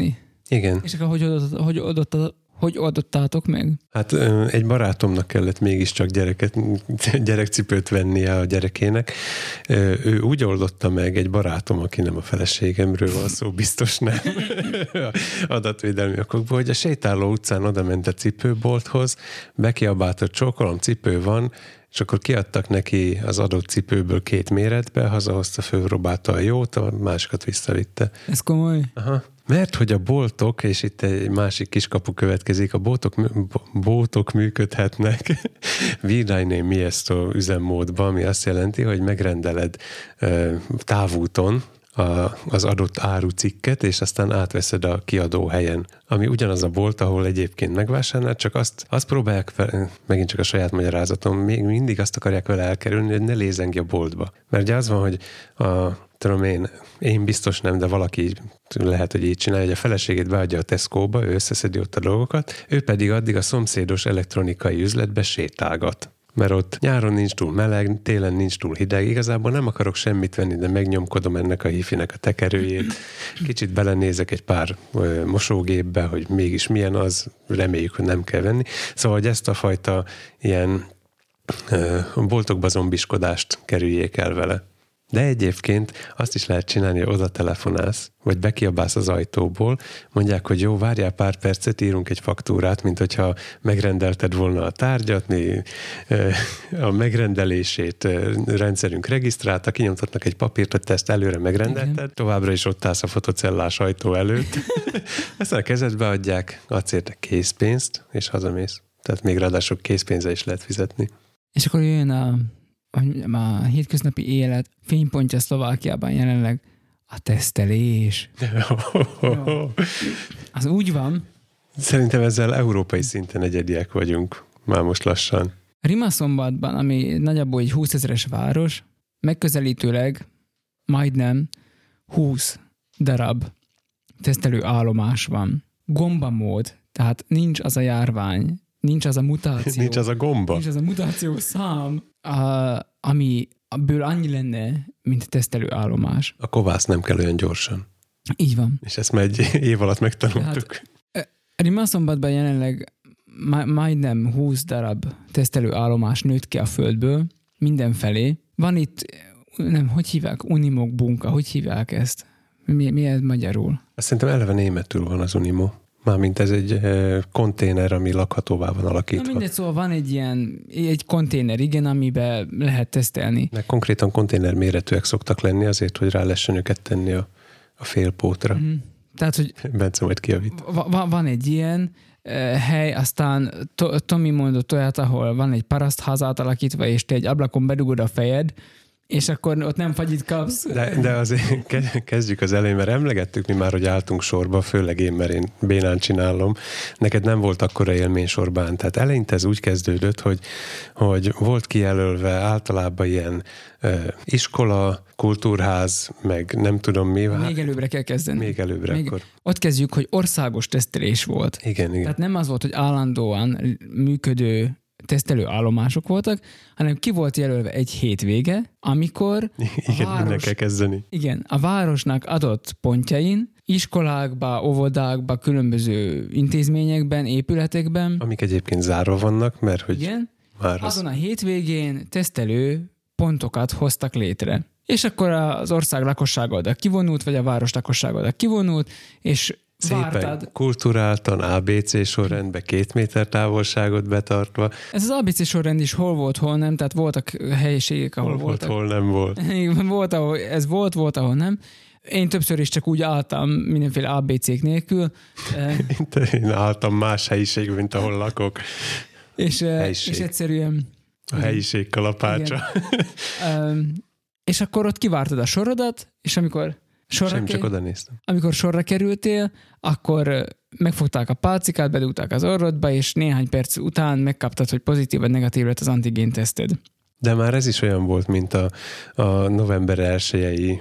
Igen. És akkor hogy oldottátok meg? Hát egy barátomnak kellett mégiscsak gyerekcipőt vennie a gyerekének. Ő úgy oldotta meg, egy barátom, aki nem a feleségemről van szó, biztos nem, adatvédelmi okokból, hogy a sétáló utcán oda ment a cipőbolthoz, bekiabáltott, csókolom, cipő van, és akkor kiadtak neki az adott cipőből 2 méretbe, hazahozta, fölrobálta a jót, a másikat visszavitte. Ez komoly? Aha. Mert hogy a boltok, és itt egy másik kiskapu következik, a boltok működhetnek Vidajné Miesto üzemmódban, ami azt jelenti, hogy megrendeled távúton az adott árucikket, és aztán átveszed a kiadó helyen. Ami ugyanaz a bolt, ahol egyébként megvásárolnád, csak azt próbálják, megint csak a saját magyarázatom, még mindig azt akarják vele elkerülni, hogy ne lézengj a boltba. Mert ugye az van, hogy tudom én biztos nem, de valaki lehet, hogy így csinálja, hogy a feleségét beadja a Tesco-ba, ő összeszedi ott a dolgokat, ő pedig addig a szomszédos elektronikai üzletbe sétálgat. Mert ott nyáron nincs túl meleg, télen nincs túl hideg, igazából nem akarok semmit venni, de megnyomkodom ennek a hifinek a tekerőjét, kicsit belenézek egy pár mosógépbe, hogy mégis milyen az, reméljük, hogy nem kell venni. Szóval, hogy ezt a fajta ilyen boltokba zombiskodást kerüljék el vele. De egyébként azt is lehet csinálni, hogy oda telefonálsz, vagy bekiabálsz az ajtóból, mondják, hogy jó, várjál pár percet, írunk egy faktúrát, mint hogyha megrendelted volna a tárgyat, mi a megrendelését rendszerünk regisztrálta, kinyomtatnak egy papírt, hogy te ezt előre megrendelted, igen. Továbbra is ott állsz a fotocellás ajtó előtt, aztán a kezedbe adják, adsz érte készpénzt, és hazamész. Tehát még ráadásul készpénzzel is lehet fizetni. És akkor jön a hétköznapi élet fénypontja Szlovákiában jelenleg a tesztelés. Az úgy van. Szerintem ezzel európai szinten egyediek vagyunk már most lassan. Rimaszombatban, ami nagyjából egy 20 000-es város, megközelítőleg majdnem 20 darab tesztelő állomás van. Gombamód, tehát nincs az a járvány, nincs az a mutáció. Nincs az a gomba. Nincs az a mutáció szám, amiből annyi lenne, mint tesztelő állomás. A kovász nem kell olyan gyorsan. Így van. És ezt már egy év alatt megtanultuk. Rimaszombatban jelenleg majdnem 20 darab tesztelő állomás nőtt ki a földből, mindenfelé. Van itt, hogy hívják? Unimog bunka, hogy hívják ezt? Mi ez magyarul? Azt szerintem eleve németül van az Unimo. Mármint ez egy konténer, ami lakhatóvá van alakítva. Na mindegy, szóval van egy konténer, igen, amiben lehet tesztelni. De konkrétan konténer méretűek szoktak lenni azért, hogy rá lehessen őket tenni a félpótra. Mm-hmm. Tehát, hogy Bence majd kijavít. Van egy ilyen hely, aztán Tomi mondott olyat, ahol van egy parasztház átalakítva, és te egy ablakon bedugod a fejed, és akkor ott nem fagyit kapsz. De azért kezdjük az elején, mert emlegettük mi már, hogy álltunk sorba, főleg én, mert én bénán csinálom. Neked nem volt akkora élmény sorban. Tehát eleinte ez úgy kezdődött, hogy volt kijelölve általában ilyen iskola, kultúrház, meg nem tudom mi. Még előbbre kell kezdeni. Még előbbre akkor. Ott kezdjük, hogy országos tesztelés volt. Igen. Tehát nem az volt, hogy állandóan működő tesztelő állomások voltak, hanem ki volt jelölve egy hétvége, amikor innen kell kezdeni. Igen, a városnak adott pontjain, iskolákba, óvodákba, különböző intézményekben, épületekben. Amik egyébként zárva vannak, mert hogy igen, azon a hétvégén tesztelő pontokat hoztak létre. És akkor az ország lakossága oda kivonult, vagy a város lakossága oda kivonult, és szépen vártad. Kulturáltan, ABC sorrendben 2 méter távolságot betartva. Ez az ABC sorrend is hol volt, hol nem, tehát voltak helyiségek, ahol voltak. Hol nem volt. Volt, ahol ez volt, ahol nem. Én többször is csak úgy álltam mindenféle ABC-k nélkül. Én álltam más helyiségben, mint ahol lakok. És egyszerűen... A helyiség kalapácsa. És akkor ott kivártad a sorodat, és amikor sorra kerültél, akkor megfogták a pálcikát, bedugták az orrodba, és néhány perc után megkaptad, hogy pozitív vagy negatív lett az antigén teszted. De már ez is olyan volt, mint a november 1-i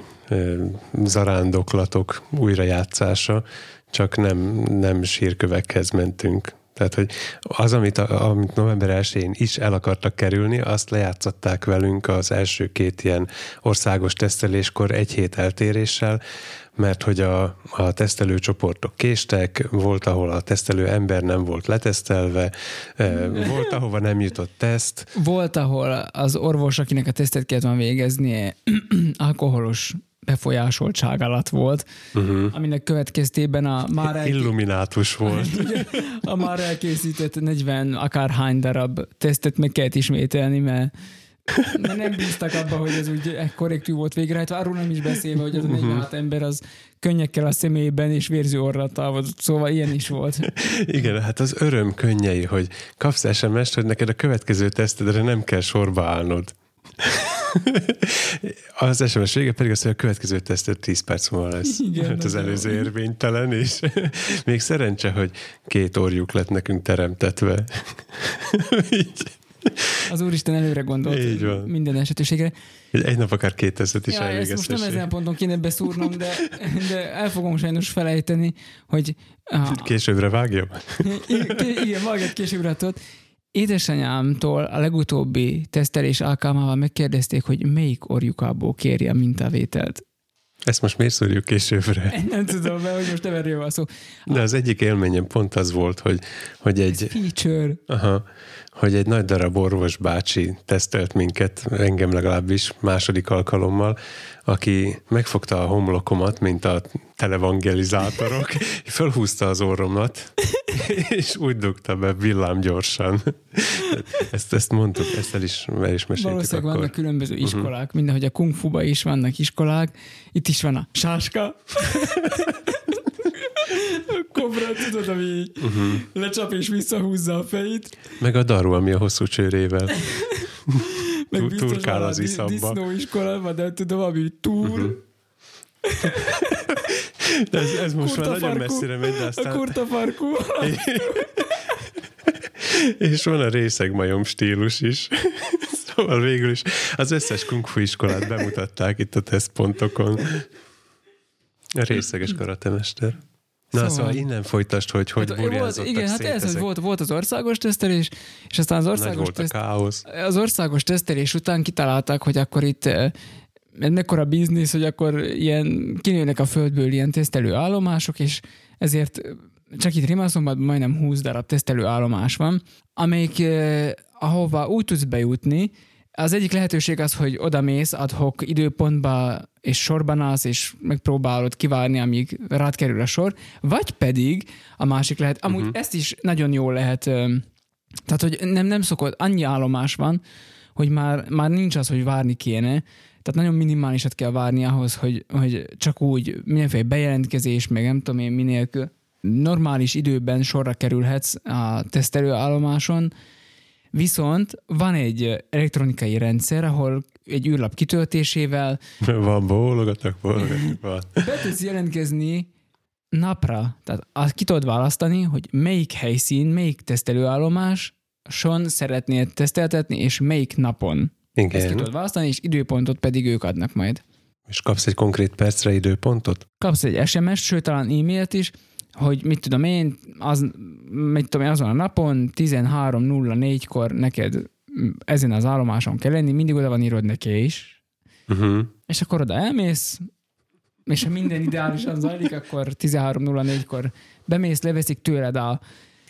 zarándoklatok újrajátszása, csak nem sírkövekhez mentünk. Tehát, hogy az, amit november 1-én is el akartak kerülni, azt lejátszották velünk az első 2 ilyen országos teszteléskor 1 hét eltéréssel, mert hogy a tesztelő csoportok késtek, volt, ahol a tesztelő ember nem volt letesztelve, volt, ahova nem jutott teszt. Volt, ahol az orvos, akinek a tesztet kellett volna végeznie, alkoholos befolyásoltság alatt volt, aminek következtében illuminátus volt. A már elkészített 40 akárhány darab tesztet meg kellett ismételni, mert nem bíztak abba, hogy ez úgy korrektül volt végrehajtva. Arról nem is beszélve, hogy az a 46 ember az könnyekkel a személyében és vérző orral távozott. Szóval ilyen is volt. Igen, hát az öröm könnyei, hogy kapsz SMS-t, hogy neked a következő tesztedre nem kell sorba állnod. Az SMS vége pedig az, hogy a következő tesztet 10 perc múlva lesz. Igen, hát az előző érvénytelen, és még szerencse, hogy 2 orrjuk lett nekünk teremtetve. Az Úristen előre gondolt minden esetőségre. Egy nap akár 2 tesztet is elvégeztessék. Ezt most nem ezen a ponton kéne beszúrnom, de el fogom sajnos felejteni, hogy... Későbbre vágjam? Igen, vágjad későbbre. Édesanyámtól a legutóbbi tesztelés alkalmával megkérdezték, hogy melyik orjukából kérje a mintavételt. Ezt most miért szúrjuk későbbre? Nem tudom, mert hogy most nem erről van szó. De az egyik élményem pont az volt, hogy egy... feature. Hogy egy nagy darab orvos bácsi tesztelt minket, engem legalábbis második alkalommal, aki megfogta a homlokomat, mint a televangelizátorok, fölhúzta az orromat, és úgy dugta be villámgyorsan. Ezt mondtuk, ezt el is meséltük. Valószínűleg vannak különböző iskolák, mindenhogy a kung fuba is vannak iskolák, itt is van a sáska. A kobra, tudod, ami lecsap és visszahúzza a fejét. Meg a daru, ami a hosszú csőrével meg turkál az iszamba. Disznóiskolában, de tudom, ami túr. De ez most már nagyon messzire megy, de aztán... A kurtafarkú. És van a részegmajom stílus is. Szóval végül is az összes kung fu iskolát bemutatták itt a tesztpontokon. A részeges karatemester. Na, szóval innen folytasd, hogy burjánzottak igen, szét hát ez, ezek. hogy volt az országos tesztelés, és aztán az országos tesztelés után kitalálták, hogy akkor itt mekkora biznisz, hogy akkor ilyen kinőnek a földből ilyen tesztelő állomások, és ezért csak itt Rimaszombatban majdnem 20 darab tesztelő állomás van, amelyik ahova úgy tudsz bejutni. Az egyik lehetőség az, hogy odamész ad hoc időpontba, és sorban állsz, és megpróbálod kivárni, amíg rád kerül a sor, vagy pedig a másik lehet, amúgy ezt is nagyon jól lehet, tehát, hogy nem szokott, annyi állomás van, hogy már nincs az, hogy várni kéne, tehát nagyon minimálisat kell várni ahhoz, hogy csak úgy mindenféle bejelentkezés, meg nem tudom én minélkül normális időben sorra kerülhetsz a tesztelőállomáson, viszont van egy elektronikai rendszer, ahol egy űrlap kitöltésével van, bólogatok. Be tudsz jelentkezni napra. Tehát ki tudod választani, hogy melyik helyszín, melyik tesztelőállomáson szeretnél teszteltetni, és melyik napon. Igen. Ezt ki tudod választani, és időpontot pedig ők adnak majd. És kapsz egy konkrét percre időpontot? Kapsz egy SMS-t, sőt talán e-mailt is, hogy mit tudom én, azon a napon 13:04-kor neked ezen az állomáson kell lenni, mindig oda van írod neki is. És akkor oda elmész, és ha minden ideálisan zajlik, akkor 13:04-kor bemész, leveszik tőled a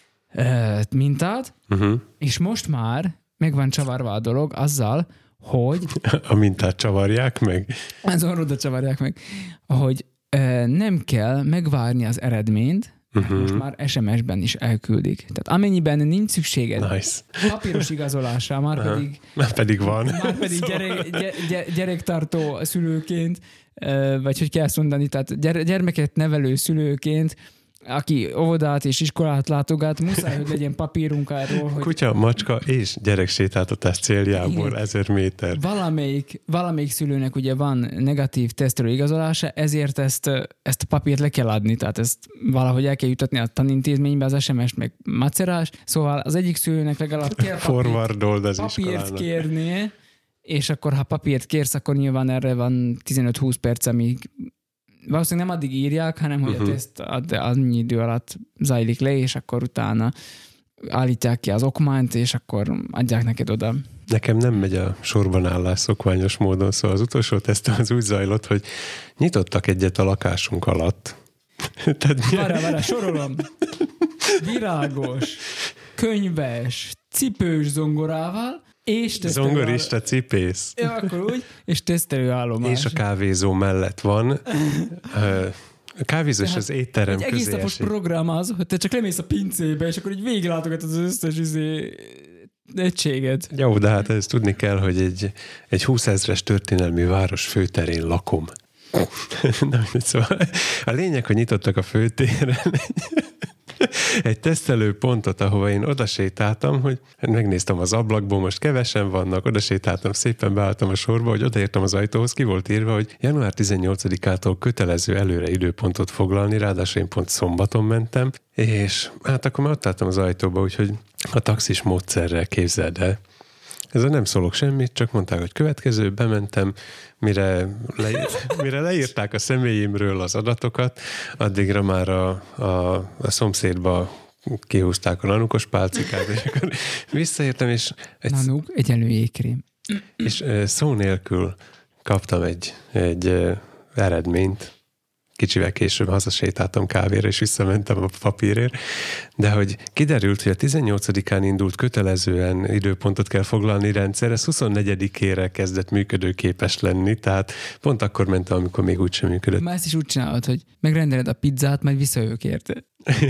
mintát, és most már meg van csavarva a dolog azzal, hogy... A mintát csavarják meg? Azon oda csavarják meg, hogy nem kell megvárni az eredményt, most már SMS-ben is elküldik. Tehát amennyiben nincs szükséged papíros igazolásra, már pedig van. Már pedig gyerektartó szülőként, vagy hogy kell ezt mondani, tehát gyermeket nevelő szülőként, aki óvodát és iskolát látogat, muszáj, hogy legyen papírunk arról, hogy... Kutya, macska és gyereksétáltatás céljából 1000 méter. Valamelyik szülőnek ugye van negatív tesztelő igazolása, ezért ezt a papírt le kell adni, tehát ezt valahogy el kell jutatni a tanintézménybe, az SMS-t meg macerás, szóval az egyik szülőnek legalább kell papírt kérnie, és akkor ha papírt kérsz, akkor nyilván erre van 15-20 perc, amíg valószínűleg nem addig írják, hanem hogy a teszt annyi idő alatt zajlik le, és akkor utána állítják ki az okmányt, és akkor adják neked oda. Nekem nem megy a sorban állás szokványos módon, szóval az utolsó tesztem az úgy zajlott, hogy nyitottak egyet a lakásunk alatt. Várjál, sorolom. Virágos, könyves, cipős zongorával, és zongorista cipész. Ja, akkor úgy, és tesztelőállomás. És a kávézó mellett van. A kávézó és az étterem közé egy egész napos program az, hogy te csak lemész a pincébe, és akkor így végiglátogatod az összes egységet. Jó, de hát ezt tudni kell, hogy egy 20 000-es történelmi város főterén lakom. Na, szóval a lényeg, hogy nyitottak a főtéren egy tesztelő pontot, ahova én odasétáltam, hogy megnéztem az ablakból, most kevesen vannak, odasétáltam, szépen beálltam a sorba, hogy odaértem az ajtóhoz, ki volt írva, hogy január 18-ától kötelező előre időpontot foglalni, ráadásul én pont szombaton mentem, és hát akkor már ott álltam az ajtóba, úgyhogy a taxis módszerrel képzeld el. Ezzel nem szólok semmit, csak mondták, hogy következő, bementem, mire leírták a személyimről az adatokat, addigra már a szomszédba kihúzták a nanukos pálcikát, és akkor visszaértem, és... Nanuk, egyenlő jégkrém. És szó nélkül kaptam egy eredményt. Kicsivel később hazasétáltam kávéra, és visszamentem a papírért, de hogy kiderült, hogy a 18-án indult kötelezően időpontot kell foglalni rendszer, ez 24-ére kezdett működőképes lenni, tehát pont akkor mentem, amikor még úgysem működött. Már ezt is úgy csinálod, hogy megrendeled a pizzát, majd visszajövök érte.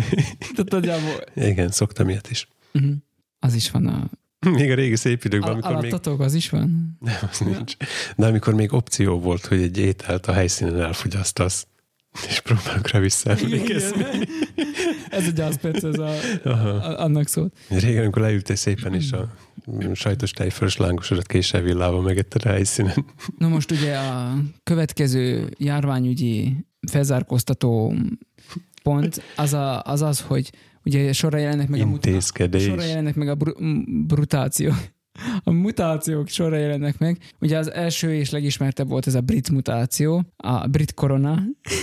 Igen, szoktam ilyet is. Az is van a... Még a régi szép időkben, amikor alattatok, az is van? Nem, az nincs. De amikor még opció volt, hogy egy ételt a helyszínen elfogyasztasz, és próbálok rá visszaemlékezni. Ez a gyászperc, ez annak szólt. Régen, amikor leültél szépen, és a sajtos tejfölös lángosodat késsel villával megetted a helyszínen. Na most ugye a következő járványügyi felzárkóztató pont az, hogy ugye sorra jelennek meg a brutáció. A mutációk sorra jelennek meg. Ugye az első és legismertebb volt ez a brit mutáció, a brit korona.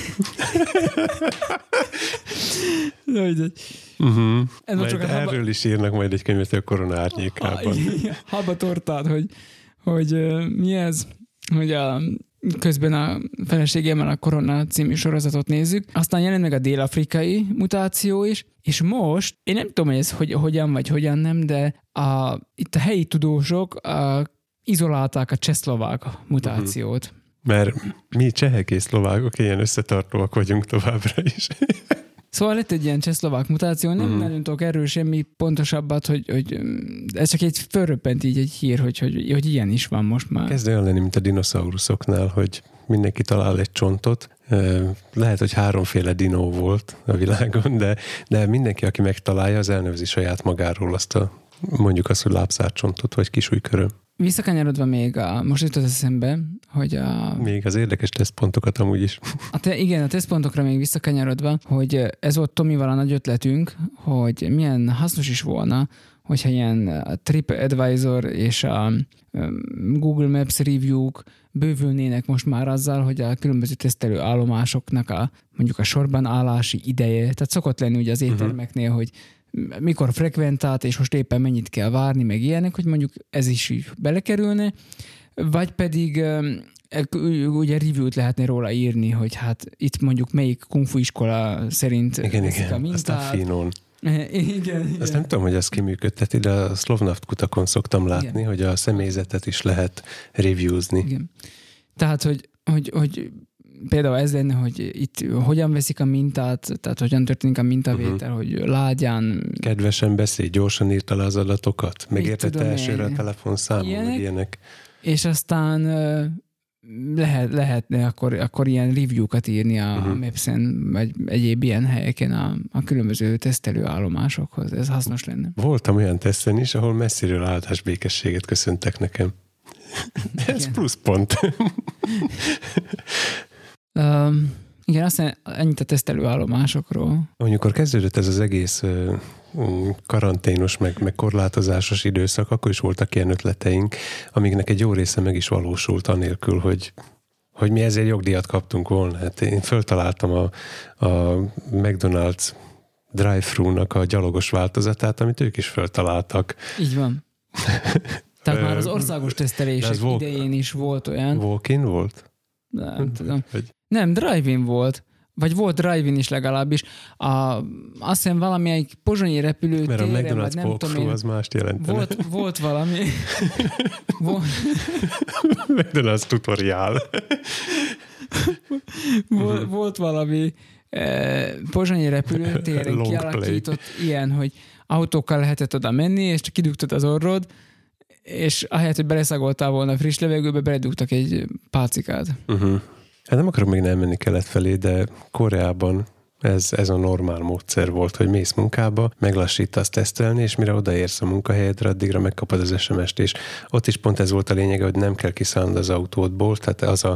Erről is írnak majd egy könyvet a korona árnyékában. Habba tortát, hogy mi ez, hogy közben a feleségemmel a Korona című sorozatot nézzük. Aztán jelent meg a dél-afrikai mutáció is, és most, én nem tudom, hogy ez hogyan nem, de itt a helyi tudósok izolálták a csehszlovák mutációt. Mert mi csehek és szlovákok ilyen összetartóak vagyunk továbbra is. Szóval lett egy ilyen csehszlovák mutáció, nem nagyon tudok erről semmi pontosabbat, hogy ez csak egy fölröppent így egy hír, hogy ilyen is van most már. Kezd olyan lenni, mint a dinoszauruszoknál, hogy mindenki talál egy csontot. Lehet, hogy 3 dinó volt a világon, de mindenki, aki megtalálja, az elnevezi saját magáról mondjuk azt, hogy lábszárcsontot, vagy kisújköröm. Visszakanyarodva még most jutott eszembe, hogy még az érdekes tesztpontokat amúgy is. Igen, a tesztpontokra még visszakanyarodva, hogy ez volt Tomival a nagy ötletünk, hogy milyen hasznos is volna, hogyha ilyen TripAdvisor és a Google Maps review-k bővülnének most már azzal, hogy a különböző tesztelő állomásoknak mondjuk a sorban állási ideje, tehát szokott lenni ugye az éttermeknél, hogy mikor frekventált, és most éppen mennyit kell várni, meg ilyenek, hogy mondjuk ez is így belekerülne, vagy pedig ugye review-t lehetne róla írni, hogy hát itt mondjuk melyik kungfu iskola szerint veszik a mintát. Aztán finon. Igen. Azt nem tudom, hogy ezt kiműködteti, de a Slovnaft kutakon szoktam látni, hogy a személyzetet is lehet reviewzni. Igen. Tehát, hogy például ez lenne, hogy itt hogyan veszik a mintát, tehát hogyan történik a mintavétel, hogy lágyán... Kedvesen beszélj, gyorsan írta le az adatokat, megértette elsőre a telefonszámon, ilyenek. És aztán lehetne akkor ilyen review-kat írni a Maps-en, vagy egyéb ilyen helyeken a különböző tesztelőállomásokhoz. Ez hasznos lenne. Voltam olyan teszten is, ahol messziről áldás békességet köszöntek nekem. Ez pluszpont. Igen, aztán ennyit a tesztelőállomásokról. Amikor kezdődött ez az egész karanténos, meg korlátozásos időszak, akkor is voltak ilyen ötleteink, amiknek egy jó része meg is valósult anélkül, hogy mi ezért jogdíjat kaptunk volna. Hát én föltaláltam a McDonald's drive-thru-nak a gyalogos változatát, amit ők is feltaláltak. Így van. Tehát már az országos tesztelések idején is volt olyan. Walk-in volt? Nem tudom. Nem, drive-in volt. Vagy volt drive-in is legalábbis. Azt hiszem valamelyik pozsonyi repülőtéren, mert a McDonald's walkthrough az mást jelentene. Volt valami. McDonald's tutoriál. Volt valami pozsonyi repülőtéren kialakított ilyen, hogy autókkal lehetett oda menni, és csak kidugtad az orrod, és ahelyett, hogy beleszagoltál volna friss levegőbe, beledugtak egy pálcikát. Hát nem akarok még nem menni kelet felé, de Koreában ez a normál módszer volt, hogy mész munkába, meglassítasz tesztelni, és mire odaérsz a munkahelyedre, addigra megkapod az SMS-t, és ott is pont ez volt a lényege, hogy nem kell kiszállnod az autódból, tehát az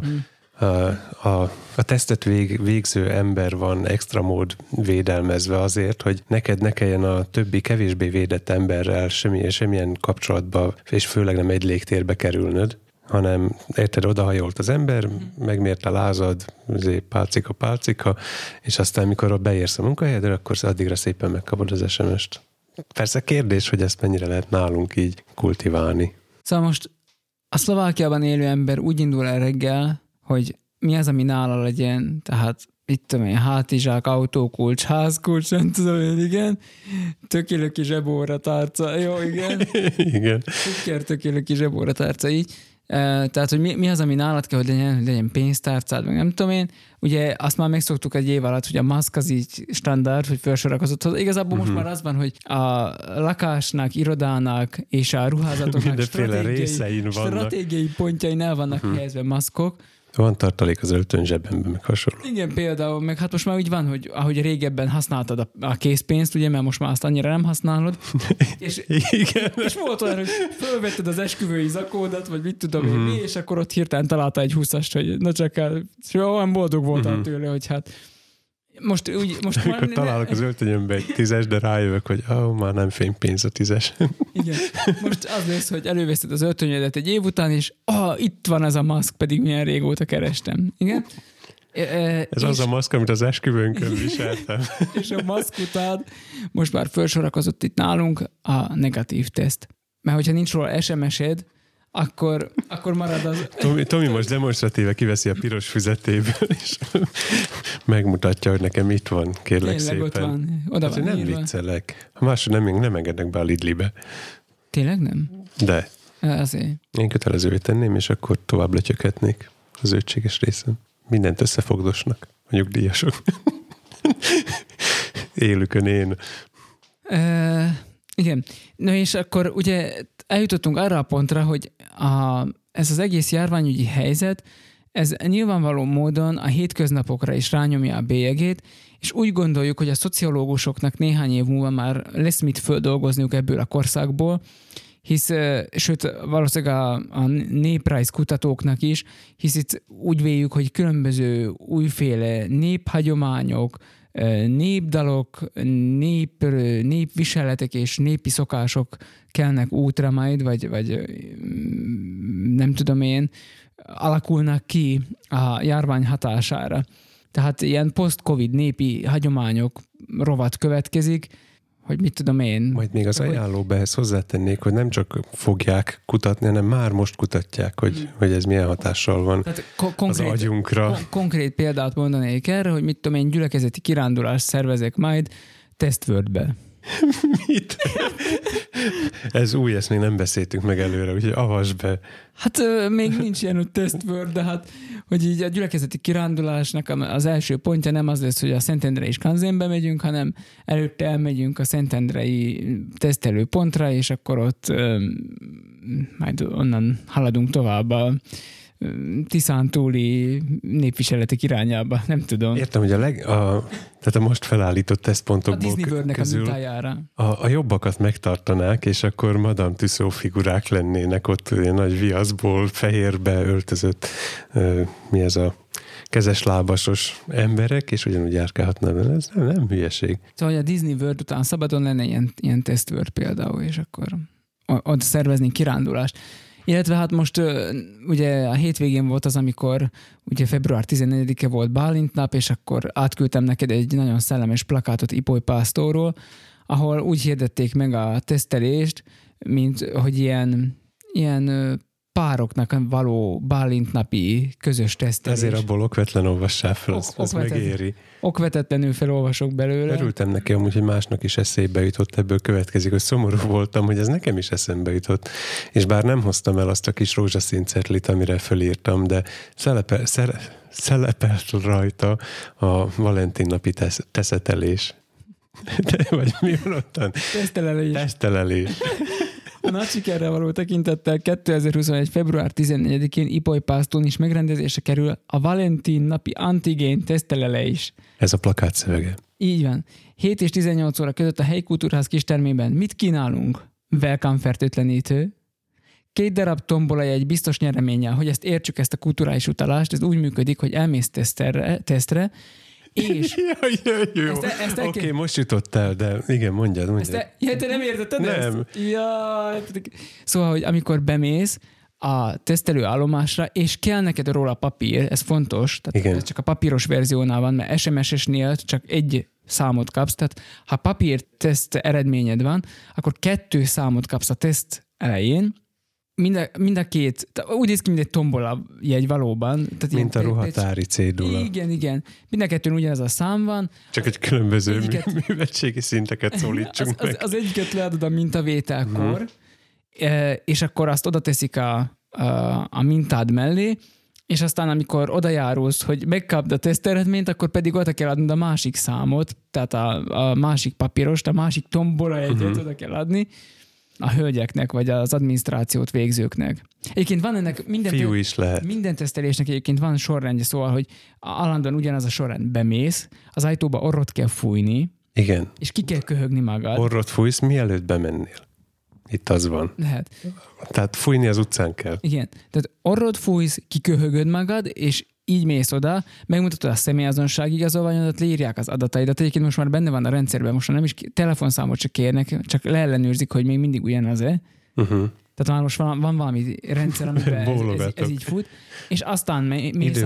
a tesztet végző ember van extra mód védelmezve azért, hogy neked ne kelljen a többi kevésbé védett emberrel semmilyen kapcsolatba, és főleg nem egy légtérbe kerülnöd, hanem érted, odahajolt az ember, megmérte lázad, pálcika, és aztán mikor beérsz a munkahelyedre, akkor addigra szépen megkapod az SMS-t. Persze kérdés, hogy ezt mennyire lehet nálunk így kultiválni. Szóval most a Szlovákiában élő ember úgy indul el reggel, hogy mi az, ami nála legyen, tehát itt tudom én, hátizsák, autókulcs, házkulcs, nem tudom én, igen. Tökélőki zsebóra tárca, jó, igen. Igen. Tökélőki zsebóra tárca, így. Tehát, hogy mi az, ami nálad kell, hogy legyen pénztárcád, meg nem tudom én. Ugye azt már megszoktuk egy év alatt, hogy a maszk az így standard, hogy felsorakozott hozzá. Igazából most már az van, hogy a lakásnak, irodának és a ruházatoknak stratégiai pontjain el vannak helyezve maszkok. Van tartalék az öltön zsebemben, meg hasonló. Igen, például, meg hát most már úgy van, hogy ahogy régebben használtad a készpénzt, ugye, mert most már azt annyira nem használod. És volt olyan, hogy fölvetted az esküvői zakódat, vagy mit tudom én mi, és akkor ott hirtelen találtál egy 20-ast, hogy na csak el, és olyan boldog voltál tőle, hogy hát most amikor találok az öltönyömbe egy 10-es, de rájövök, hogy már nem fénypénz a 10-es. Igen. Most az lesz, hogy előveszed az öltönyödet egy év után, és itt van ez a maszk, pedig milyen régóta kerestem. Igen? Ez az a maszk, amit az esküvőnkön viseltem. És a maszk után most már felsorakozott itt nálunk a negatív teszt. Mert hogyha nincs róla SMS-ed, akkor marad az... Tomi most demonstratíve kiveszi a piros füzetéből, és megmutatja, hogy nekem itt van, kérlek tényleg szépen. Ott van. Oda van nem írva. viccelek. Ha máshogy nem engednek be a Lidlibe. Tényleg nem? De. Azért. Én kötelezővé tenném, és akkor tovább letyökhetnék az zöldséges részen. Mindent összefogdosnak a nyugdíjasok. Élükön én. Igen. Na és akkor ugye eljutottunk arra a pontra, hogy ez az egész járványügyi helyzet, ez nyilvánvaló módon a hétköznapokra is rányomja a bélyegét, és úgy gondoljuk, hogy a szociológusoknak néhány év múlva már lesz mit földolgozniuk ebből a korszakból, hisz, sőt, valószínűleg a néprajz kutatóknak is, hisz itt úgy véljük, hogy különböző újféle néphagyományok, népdalok, népviseletek és népi szokások kelnek útra majd, vagy nem tudom én, alakulnak ki a járvány hatására. Tehát ilyen post-covid népi hagyományok rovat következik, hogy mit tudom én. Majd még az ajánlóba ehhez hozzátennék, hogy nem csak fogják kutatni, hanem már most kutatják, hogy ez milyen hatással van az agyunkra. Konkrét példát mondanék erre, hogy mit tudom én, gyülekezeti kirándulást szervezek majd Testwordbe. Mit? Ez új, ezt még nem beszéltünk meg előre, úgyhogy avasd be. Hát még nincs ilyen, hogy Testword, de hát, hogy így a gyülekezeti kirándulásnak az első pontja nem az lesz, hogy a Szentendrei Skanzenbe megyünk, hanem előtte elmegyünk a Szentendrei tesztelőpontra, és akkor ott majd onnan haladunk tovább a Tiszántúli népviseletek irányába, nem tudom. Értem, hogy tehát a most felállított tesztpontokból közül a jobbakat megtartanák, és akkor Madame Tussauds figurák lennének ott ilyen nagy viaszból, fehérbe öltözött, mi ez a kezes-lábasos emberek, és ugyanúgy járkálhatna vele. Ez nem hülyeség. Szóval, hogy a Disney World után szabadon lenne ilyen Testworld például, és akkor ott szervezni kirándulást. Illetve hát most ugye a hétvégén volt az, amikor ugye február 14-e volt Bálint nap, és akkor átküldtem neked egy nagyon szellemes plakátot Ipoly Pásztorról, ahol úgy hirdették meg a tesztelést, mint hogy ilyen pároknak való Bálint napi közös tesztelés. Ezért abból okvetlen olvassál fel, az megéri. Okvetetlenül felolvasok belőle. Örültem neki amúgy, hogy másnak is eszébe jutott, ebből következik, hogy szomorú voltam, hogy ez nekem is eszembe jutott. És bár nem hoztam el azt a kis rózsaszín cetlit, amire fölírtam, de szelepelt rajta a Valentin napi teszetelés. Vagy mi van ottan? Tesztelelés. A nagy sikerre való tekintettel 2021. február 14-én Ipoly Pászton is megrendezésre kerül a Valentin napi antigén tesztelelés. Ez a plakát szövege. Így van. 7 és 18 óra között a helyi kultúrház kistermében mit kínálunk? Welcome fertőtlenítő. 2 darab tombola egy biztos nyereménnyel, hogy ezt értsük, ezt a kulturális utalást, ez úgy működik, hogy elmész tesztre, és... Jó. Oké, most jutottál, de igen, mondjad. Te nem értetted nem. ezt? Szóval, hogy amikor bemész a tesztelő állomásra, és kell neked róla papír, ez fontos, tehát ez csak a papíros verziónál van, mert SMS-esnél csak egy számot kapsz, tehát ha papír teszt eredményed van, akkor 2 számot kapsz a teszt elején, mind a két, úgy néz ki, mint egy tombola jegy valóban. Tehát mint a ruhatári cédula. Igen. Mind a kettőn ugyanaz a szám van. Csak egy különböző művetségi szinteket szólítsunk meg. Az egyiket leadod a mintavételkor, és akkor azt oda teszik a mintád mellé, és aztán amikor oda járulsz, hogy megkapd a teszteredményt, akkor pedig oda kell adnod a másik számot, tehát a másik papírost, a másik tombola egyet oda kell adni a hölgyeknek, vagy az adminisztrációt végzőknek. Egyébként van ennek minden tesztelésnek egyébként van sorrendje, szóval, hogy állandóan ugyanaz a sorrend. Bemész, az ajtóba orrot kell fújni, igen. És ki kell köhögni magad. Orrot fújsz, mielőtt bemennél. Itt az van. Lehet. Tehát fújni az utcán kell. Igen. Tehát orrot fújsz, kiköhögöd magad, és így mész oda, megmutatod a személyazonosság igazolványodat, leírják az adataidat. Egyébként most már benne van a rendszerben, most már nem is telefonszámot csak kérnek, csak leellenőrzik, hogy még mindig ugyanaz-e. Tehát már most van valami rendszer, amiben ez így fut, és aztán mész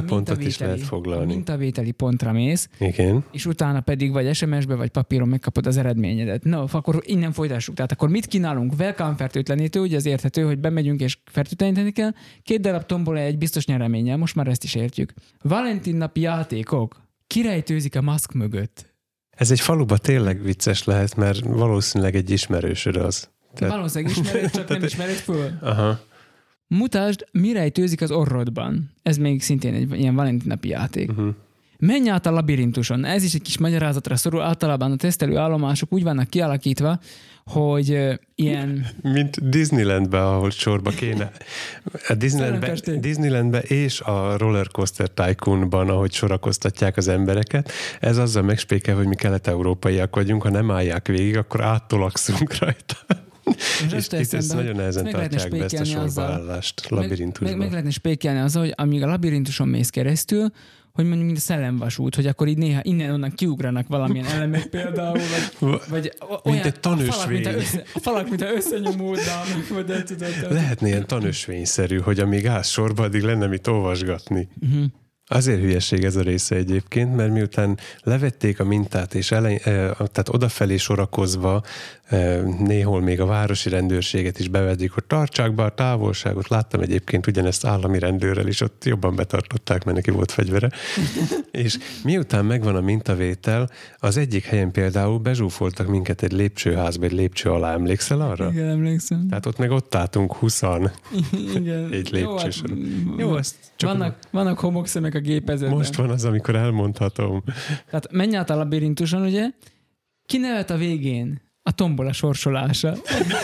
a mintavételi pontra mész, igen. És utána pedig vagy SMS-be, vagy papíron megkapod az eredményedet. No, akkor innen folytassuk. Tehát akkor mit kínálunk? Welcome fertőtlenítő, ugye ez érthető, hogy bemegyünk és fertőtleníteni kell. 2 darab tombola egy biztos nyereménnyel, most már ezt is értjük. Valentin napi játékok. Kirejtőzik a maszk mögött. Ez egy faluba tényleg vicces lehet, mert valószínűleg egy ismerősöd az. Valószínűleg ismered, csak nem ismered föl. Aha. Mutasd, mi rejtőzik az orrodban. Ez még szintén egy ilyen Valentin napi játék. Menj át a labirintuson. Ez is egy kis magyarázatra szorul. Általában a tesztelő állomások úgy vannak kialakítva, hogy ilyen... Mint Disneylandben, ahol sorba kéne. A Disneylandben és a Rollercoaster Tycoonban, ahogy sorakoztatják az embereket, ez azzal megspékel, hogy mi kelet-európaiak vagyunk, ha nem állják végig, akkor áttolakszunk rajta. És itt ezt nagyon nehezen tartják be ezt a sorbaállást labirintusban. Meg lehetne spékelni azzal, hogy amíg a labirintuson mész keresztül, hogy mondjuk mint a szellemvasút, hogy akkor így néha innen-onnan kiugranak valamilyen elemek például, vagy mint egy tanösvény. A falak, mint a összenyomódnak. Lehetne ilyen tanösvényszerű, hogy amíg állsz sorba, addig lenne mit olvasgatni. Azért hülyeség ez a része egyébként, mert miután levették a mintát, és tehát odafelé sorakozva néhol még a városi rendőrséget is bevedik, hogy tartsák be a távolságot. Láttam egyébként ugyanezt állami rendőrrel is, ott jobban betartották, mert neki volt fegyvere. És miután megvan a mintavétel, az egyik helyen például bezsúfoltak minket egy lépcsőházba, egy lépcső alá. Emlékszel arra? Igen, emlékszem. Tehát ott meg ott álltunk 20-an. Igen. Egy lépcsősoron. Jó, azt csak vannak homokszemek a gépezetben. Most van az, amikor elmondhatom. Tehát menj át a labirintuson, ugye? Ki nevet a végén? A tombola sorsolása.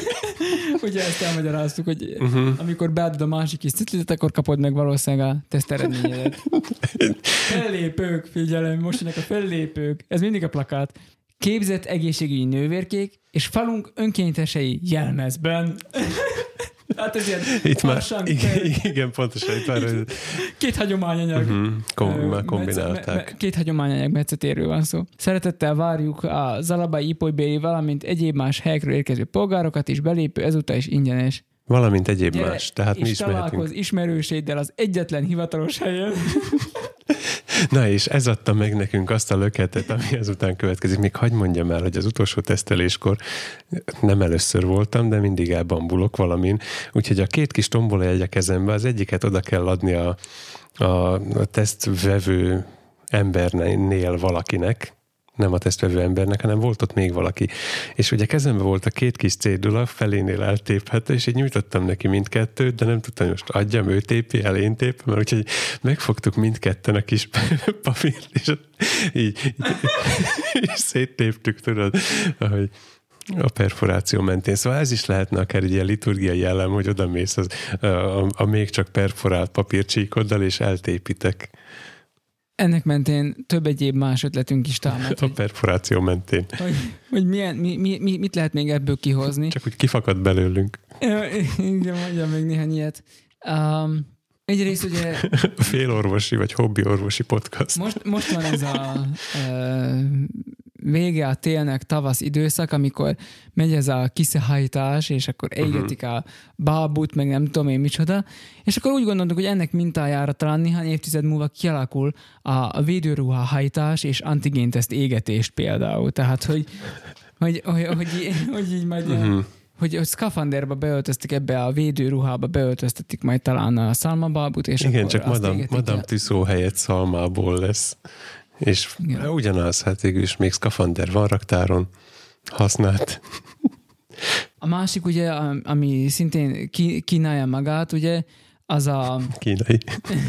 Ugye ezt elmagyaráztuk, hogy amikor beadod a másik kis ciclitet, akkor kapod meg valószínűleg a teszt eredményedet. Fellépők, figyelem, most jönnek a fellépők. Ez mindig a plakát. Képzett egészségügyi nővérkék és falunk önkéntesei jelmezben. Hát ez ilyen itt már, igen, pontosan. Itt már 2 hagyományanyag. Már kombinálták. 2 hagyományanyag metszetéről van szó. Szeretettel várjuk a zalabai ipoly-béli, valamint egyéb más helyekről érkező polgárokat is, belépő ezúttal is ingyenes. Valamint egyéb más. Tehát mi is találkozz ismerőséddel az egyetlen hivatalos helyen. Na és ez adta meg nekünk azt a löketet, ami azután következik. Még hagyd mondjam el, hogy az utolsó teszteléskor nem először voltam, de mindig elbambulok valamin. Úgyhogy a 2 kis tombolajegy a kezembe, az egyiket oda kell adni a tesztvevő embernél valakinek, nem a tesztvevő embernek, hanem volt ott még valaki. És ugye kezembe volt a 2 kis cédula, felénél eltéphető, és így nyújtottam neki mindkettőt, de nem tudtam, hogy most adjam, ő tépi el, én tépem, mert úgyhogy megfogtuk mindketten a kis papírt, és így széttéptük, tudod, ahogy a perforáció mentén. Szóval ez is lehetne akár egy ilyen liturgiai jellem, hogy oda mész a még csak perforált papírcsíkoddal, és eltépitek. Ennek mentén több egyéb más ötletünk is támad. A perforáció mentén. Hogy mit lehet még ebből kihozni. Csak úgy kifakad belőlünk. Igen, mondjam még néhány ilyet. Egyrészt ugye... Félorvosi vagy hobbiorvosi podcast. Most van ez a vége a télnek, tavasz időszak, amikor megy ez a kiszehajtás, és akkor égetik a bábút, meg nem tudom én micsoda, és akkor úgy gondoltuk, hogy ennek mintájára talán néhány évtized múlva kialakul a védőruhahajtás és antigénteszt égetést például. Tehát, hogy így majd... Hogy szkafanderba beöltöztek, ebbe a védőruhába beöltöztetik majd talán a szalmabábút, és igen, akkor csak Madame Tussauds helyett szalmából lesz. És igen. Ugyanaz, hát végül is még szkafander van raktáron, használt. A másik ugye, ami szintén kínálja magát, ugye, az a... Kínai.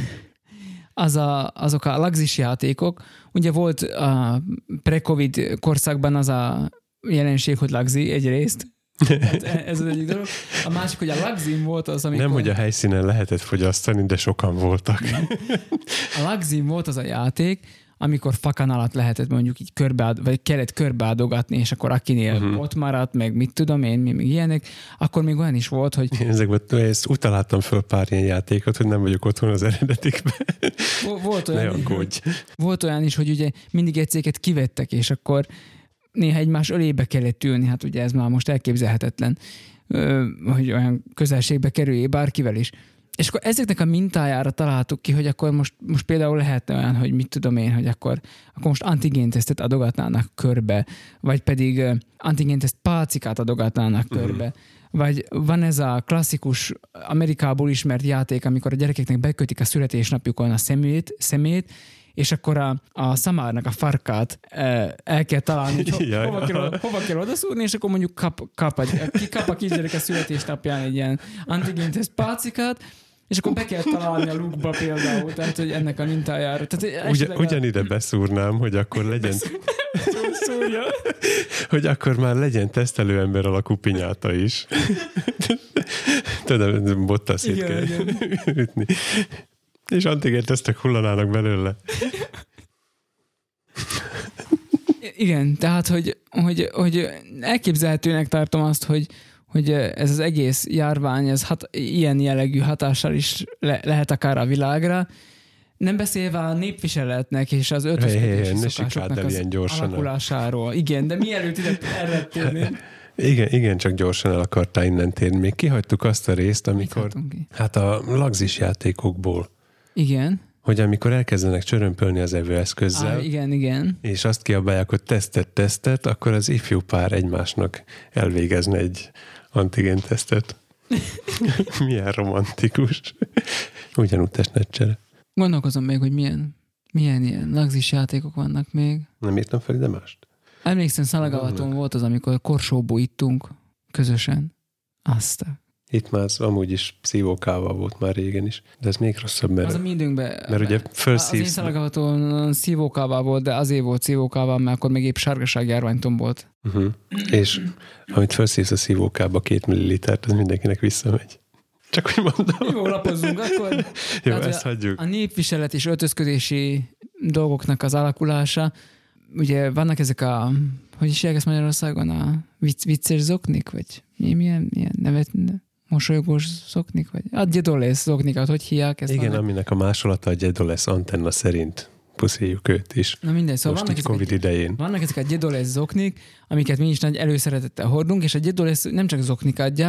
Azok a lagzis játékok. Ugye volt a pre-covid korszakban az a jelenség, hogy lagzi egyrészt. Hát ez az egyik dolog. A másik, hogy a lagzim volt az, amikor... Nem, hogy a helyszínen lehetett fogyasztani, de sokan voltak. A lagzim volt az a játék, amikor fakan alatt lehetett mondjuk így vagy kellett körbeadogatni, és akkor akinél ott maradt, meg mit tudom én, még ilyenek, akkor még olyan is volt, hogy... Ezekben utaláltam föl pár ilyen játékot, hogy nem vagyok otthon az eredetikben. Volt olyan is, hogy ugye mindig egyszerűeket kivettek, és akkor néha egymás ölébe kellett ülni, hát ugye ez már most elképzelhetetlen, hogy olyan közelségbe kerüljé bárkivel is. És akkor ezeknek a mintájára találtuk ki, hogy akkor most például lehetne olyan, hogy mit tudom én, hogy akkor most antigéntesztet adogatnának körbe, vagy pedig antigénteszt pálcikát adogatnának körbe. Vagy van ez a klasszikus Amerikából ismert játék, amikor a gyerekeknek bekötik a születésnapjukon a szemét, és akkor a szamárnak a farkát el kell találni, hogy hova kell odaszúrni, és akkor mondjuk kap a kisgyerek a születésnapján egy ilyen antigénteszt pálcikát, és akkor be kell találni a lukba például, tehát hogy ennek a mintájára. Ugyanide beszúrnám, hogy akkor legyen... Szúrja. Hogy akkor már legyen tesztelőember alakú pinyáta is. Tudod, bottal szét kell ütni. És antigéntesztek hullanának belőle. Igen, tehát, hogy elképzelhetőnek tartom azt, hogy ez az egész járvány, ez ilyen jellegű hatással is lehet akár a világra. Nem beszélve a népviseletnek és az öltözködési szokásoknak az alakulásáról. Igen, de mielőtt ide erre térnél. Igen, csak gyorsan el akartál innen térni. Még kihagytuk azt a részt, amikor hát a lagzis játékokból. Igen. Hogy amikor elkezdenek csörömpölni az evőeszközzel, igen. És azt kiabálják, hogy tesztet, akkor az ifjú pár egymásnak elvégezne egy antigéntesztet. Milyen romantikus. Ugyanúgy testnecsere. Gondolkozom még, hogy milyen ilyen lagzis játékok vannak még. Nem írtam fel, de mást. Emlékszem, Szalagavaton volt az, amikor korsóból ittunk közösen. Itt már amúgy is szívókával volt már régen is, de ez még rosszabb, mert... Az a mi időnkben... Mert ugye felszívsz... Az én Szalagavaton szívókával volt, de azért volt szívókával, mert akkor még épp sárgaságjárvány tombolt. És amit felszívsz a szívókába 2 millilitert, az mindenkinek visszamegy. Csak úgy mondom. Jó, lapozzunk akkor. Jó, tehát, ezt hagyjuk. A népviselet és öltözködési dolgoknak az alakulása, ugye vannak ezek a... Hogy is ezt Magyarországon? A vicces zoknik? Vagy milyen nevet... Mosolyogós zoknik? Vagy a gyedolesz zoknikat, hogy hívják ezt? Igen, aminek a másolata a gyedolesz antenna szerint. Puszíjuk őt is. Na mindegy, szóval most így Covid idején. Vannak ezek a gyedolesz zoknik, amiket mi is nagy előszeretettel hordunk, és a gyedolesz nem csak zoknikat gyárt,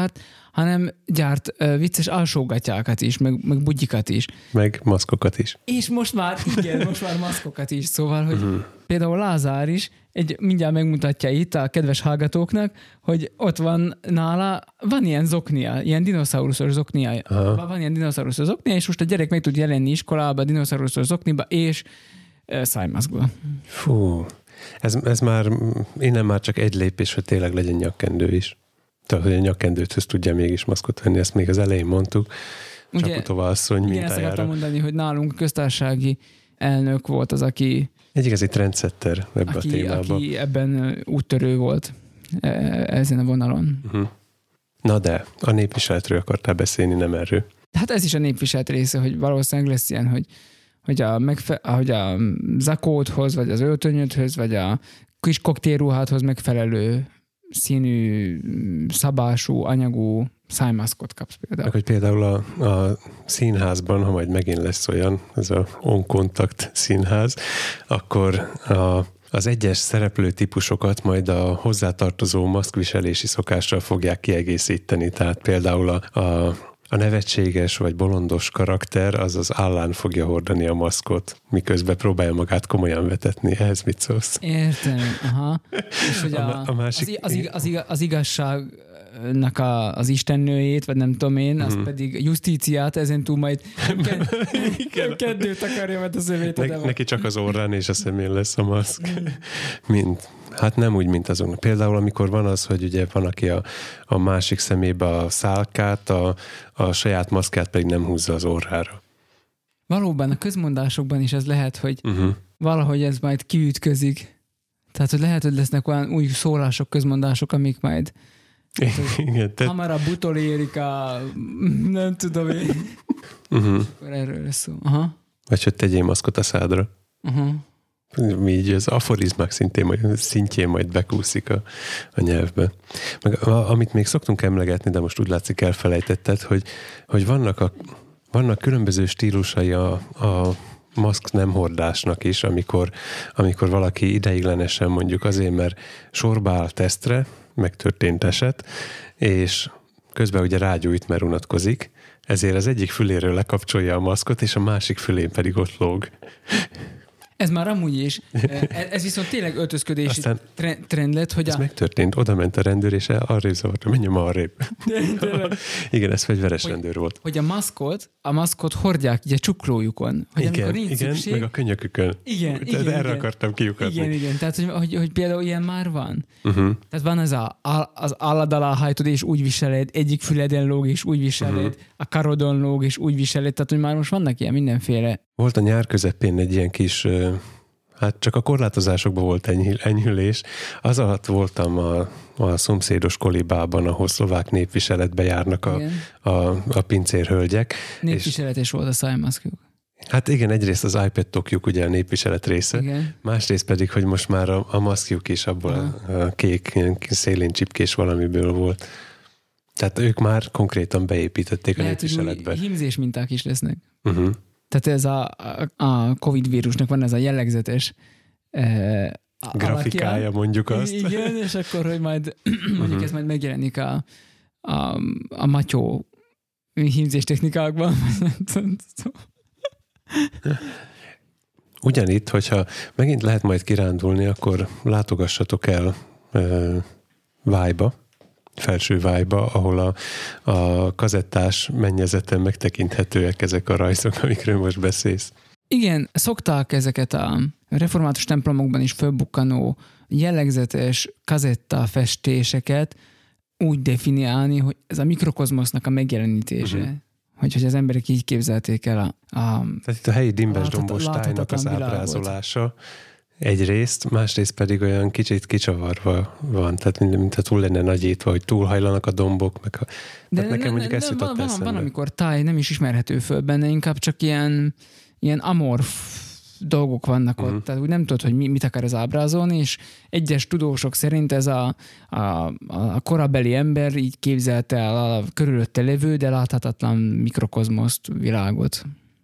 hanem gyárt vicces alsógatyákat is, meg bugyikat is. Meg maszkokat is. És most már maszkokat is, szóval, hogy például Lázár is mindjárt megmutatja itt a kedves hallgatóknak, hogy ott van nála, van ilyen zoknia, ilyen dinoszauruszos zoknia. Van ilyen dinoszauruszos zoknia, és most a gyerek meg tud jelenni iskolába, dinoszauruszos zokniba, és szájmaszkba. Fú, ez már, innen már csak egy lépés, hogy tényleg legyen nyakkendő is. Tehát, hogy a nyakkendőthöz tudja mégis maszkot venni, ezt még az elején mondtuk. Csaputova asszony mintájára. Igen, ezt akartam mondani, hogy nálunk köztársasági elnök volt az, aki... Egy igazi trendsetter ebben a témában. Aki ebben úttörő volt ezen a vonalon. Na de, a népviseletről akartál beszélni, nem erről. Hát ez is a népviselet része, hogy valószínűleg lesz ilyen, hogy a zakódhoz, vagy az öltönyödhöz, vagy a kis koktélruhádhoz megfelelő színű, szabású, anyagú szájmaszkot kapsz például. Meg, hogy például a színházban, ha majd megint lesz olyan, ez a on-contact színház, akkor az egyes szereplő típusokat majd a hozzátartozó maszkviselési szokással fogják kiegészíteni. Tehát például a nevetséges vagy bolondos karakter az állán fogja hordani a maszkot, miközben próbálja magát komolyan vetetni. Ehhez mit szólsz? Értem, aha. És hogy a másik... az igazságnak az istennőjét, vagy nem tudom én, az pedig Justíciát, ezentúl majd kettőt akarja, mert az övét. Neki csak az orrán és a szemén lesz a maszk. Hát nem úgy, mint azon. Például, amikor van az, hogy ugye van, aki a másik szemébe a szálkát, a saját maszkát pedig nem húzza az orrára. Valóban a közmondásokban is ez lehet, hogy valahogy ez majd kiütközik. Tehát, hogy lehet, hogy lesznek olyan új szólások, közmondások, amik majd hamarabb utolérik nem tudom én. Akkor erről lesz szó. Vagy hogy tegyél maszkot a szádra. Így az aforizmák szintjén majd bekúszik a nyelvbe. Meg, amit még szoktunk emlegetni, de most úgy látszik elfelejtetted, hogy vannak különböző stílusai a maszk nem hordásnak is, amikor valaki ideiglenesen mondjuk azért, mert sorba áll tesztre, megtörtént eset, és közben ugye rágyújt, mert unatkozik, ezért az egyik füléről lekapcsolja a maszkot, és a másik fülén pedig ott lóg. Ez már amúgy is. Ez viszont tényleg öltözködési trend lett, hogy ez megtörtént, oda ment a rendőr, és arrébb zavarta, menjem arrébb. Igen, ez fegyveres rendőr volt. Hogy a maszkot hordják ugye csuklójukon. Hogy igen, szükség, meg a könyökükön. Igen. Erre akartam kiukadni. Igen. Tehát, hogy például ilyen már van. Tehát van ez az állad alá hajtod, és úgy viseled, egyik füleden lóg, és úgy viseled, a karodon lóg, és úgy viseled. Tehát, hogy már most vannak ilyen mindenféle. Volt a nyár közepén egy ilyen kis, hát csak a korlátozásokban volt enyhülés. Az alatt voltam a szomszédos kolibában, ahol szlovák népviseletbe járnak a pincérhölgyek. Népviseletes volt a szájmaszkjuk. Hát igen, egyrészt az iPad tokjuk ugye a népviselet része, igen. Másrészt pedig, hogy most már a maszkjuk is abból a kék, szélén csipkés valamiből volt. Tehát ők már konkrétan beépítették a népviseletbe. Hímzés minták is lesznek. Tehát ez a Covid vírusnak van ez a jellegzetes grafikája, alakja. Mondjuk azt. Igen, és akkor, hogy majd mondjuk ez majd megjelenik a matyó hímzés technikákban. Ugyanitt, hogyha megint lehet majd kirándulni, akkor látogassatok el Vájba, Felső Vájba, ahol a kazettás mennyezeten megtekinthetőek ezek a rajzok, amikről most beszélsz. Igen, szokták ezeket a református templomokban is fölbukkanó jellegzetes kazetta festéseket úgy definiálni, hogy ez a mikrokozmosznak a megjelenítése. Hogy az emberek így képzelték el Tehát itt a helyi dimbes-dombos tájnak az ábrázolása egyrészt, másrészt pedig olyan kicsit kicsavarva van, tehát mint túl lenne nagyítva, hogy túlhajlanak a dombok, tehát nekem mondjuk ezt jutott eszembe. Van, amikor táj nem is ismerhető föl benne, inkább csak ilyen amorf dolgok vannak ott, tehát úgy nem tudod, hogy mit akar ez ábrázolni, és egyes tudósok szerint ez a korabeli ember így képzelte el a körülötte lévő, de láthatatlan mikrokozmoszt, világot.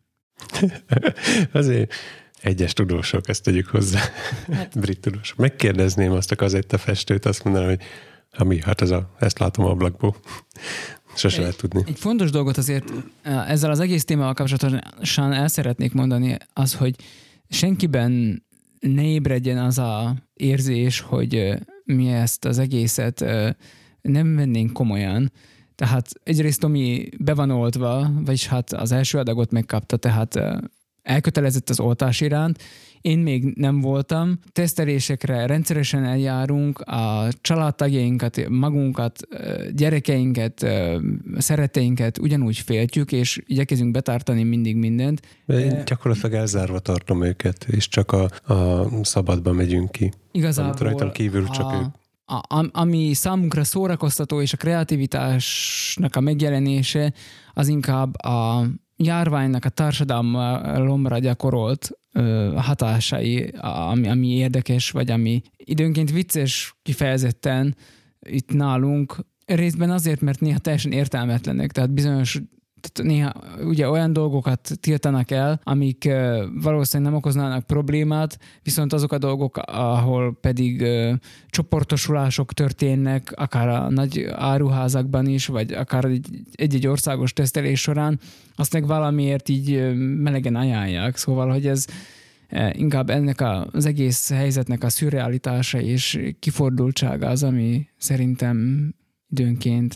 Azért egyes tudósok, ezt tegyük hozzá, brit tudósok. Megkérdezném azt a kazettafestőt, azt mondanám, hogy Hát ezt látom ablakból. Sose lehet tudni. Egy fontos dolgot azért ezzel az egész témával kapcsolatosan el szeretnék mondani, az, hogy senkiben ne ébredjen az a érzés, hogy mi ezt az egészet nem vennénk komolyan. Tehát egyrészt Tomi be van oltva, vagyis hát az első adagot megkapta, tehát elkötelezett az oltás iránt. Én még nem voltam. Tesztelésekre rendszeresen eljárunk, a családtagjainkat, magunkat, gyerekeinket, szeretteinket ugyanúgy féltjük, és igyekezünk betartani mindig mindent. Én gyakorlatilag elzárva tartom őket, és csak a szabadba megyünk ki. Igazából rajtam kívül csak ők. Ami számunkra szórakoztató, és a kreativitásnak a megjelenése, az inkább a járványnak a társadalomra gyakorolt hatásai, ami érdekes, vagy ami időnként vicces kifejezetten itt nálunk. Részben azért, mert néha teljesen értelmetlenek, tehát bizonyos néha ugye olyan dolgokat tiltanak el, amik valószínűleg nem okoznának problémát, viszont azok a dolgok, ahol pedig csoportosulások történnek, akár a nagy áruházakban is, vagy akár egy-egy országos tesztelés során, azt meg valamiért így melegen ajánlják. Szóval, hogy ez inkább ennek az egész helyzetnek a szürrealitása és kifordultsága az, ami szerintem időnként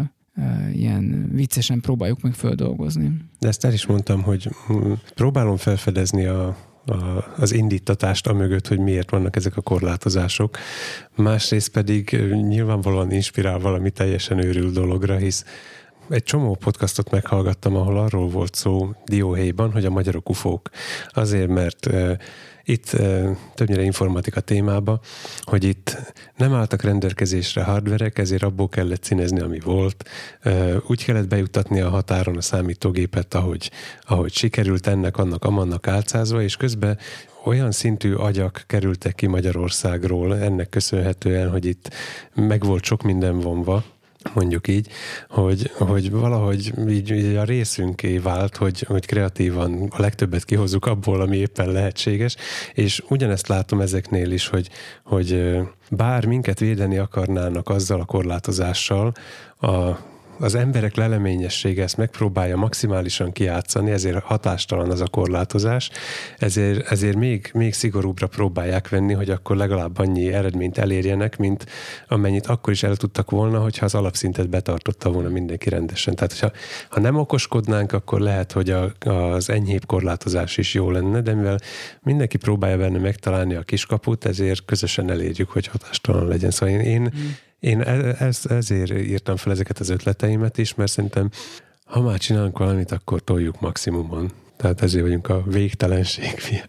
ilyen viccesen próbáljuk meg földolgozni. De ezt el is mondtam, hogy próbálom felfedezni az indítatást amögött, hogy miért vannak ezek a korlátozások. Másrészt pedig nyilvánvalóan inspirál valami teljesen őrült dologra, hisz egy csomó podcastot meghallgattam, ahol arról volt szó dióhéjban, hogy a magyarok ufók. Azért, mert itt többnyire informatika témába, hogy itt nem álltak rendelkezésre hardverek, ezért abból kellett színezni, ami volt. Úgy kellett bejuttatni a határon a számítógépet, ahogy sikerült ennek, amannak álcázva, és közben olyan szintű agyak kerültek ki Magyarországról ennek köszönhetően, hogy itt meg volt sok minden vonva, mondjuk így, hogy valahogy így a részünké vált, hogy kreatívan a legtöbbet kihozzuk abból, ami éppen lehetséges, és ugyanezt látom ezeknél is, hogy bár minket védeni akarnának azzal a korlátozással, az emberek leleményessége ezt megpróbálja maximálisan kijátszani, ezért hatástalan az a korlátozás, ezért még szigorúbbra próbálják venni, hogy akkor legalább annyi eredményt elérjenek, mint amennyit akkor is el tudtak volna, hogyha az alapszintet betartotta volna mindenki rendesen. Tehát ha nem okoskodnánk, akkor lehet, hogy az enyhébb korlátozás is jó lenne, de mivel mindenki próbálja benne megtalálni a kiskaput, ezért közösen elérjük, hogy hatástalan legyen. Szóval én ezért írtam fel ezeket az ötleteimet is, mert szerintem, ha már csinálunk valamit, akkor toljuk maximumon. Tehát ezért vagyunk a végtelenség fiai.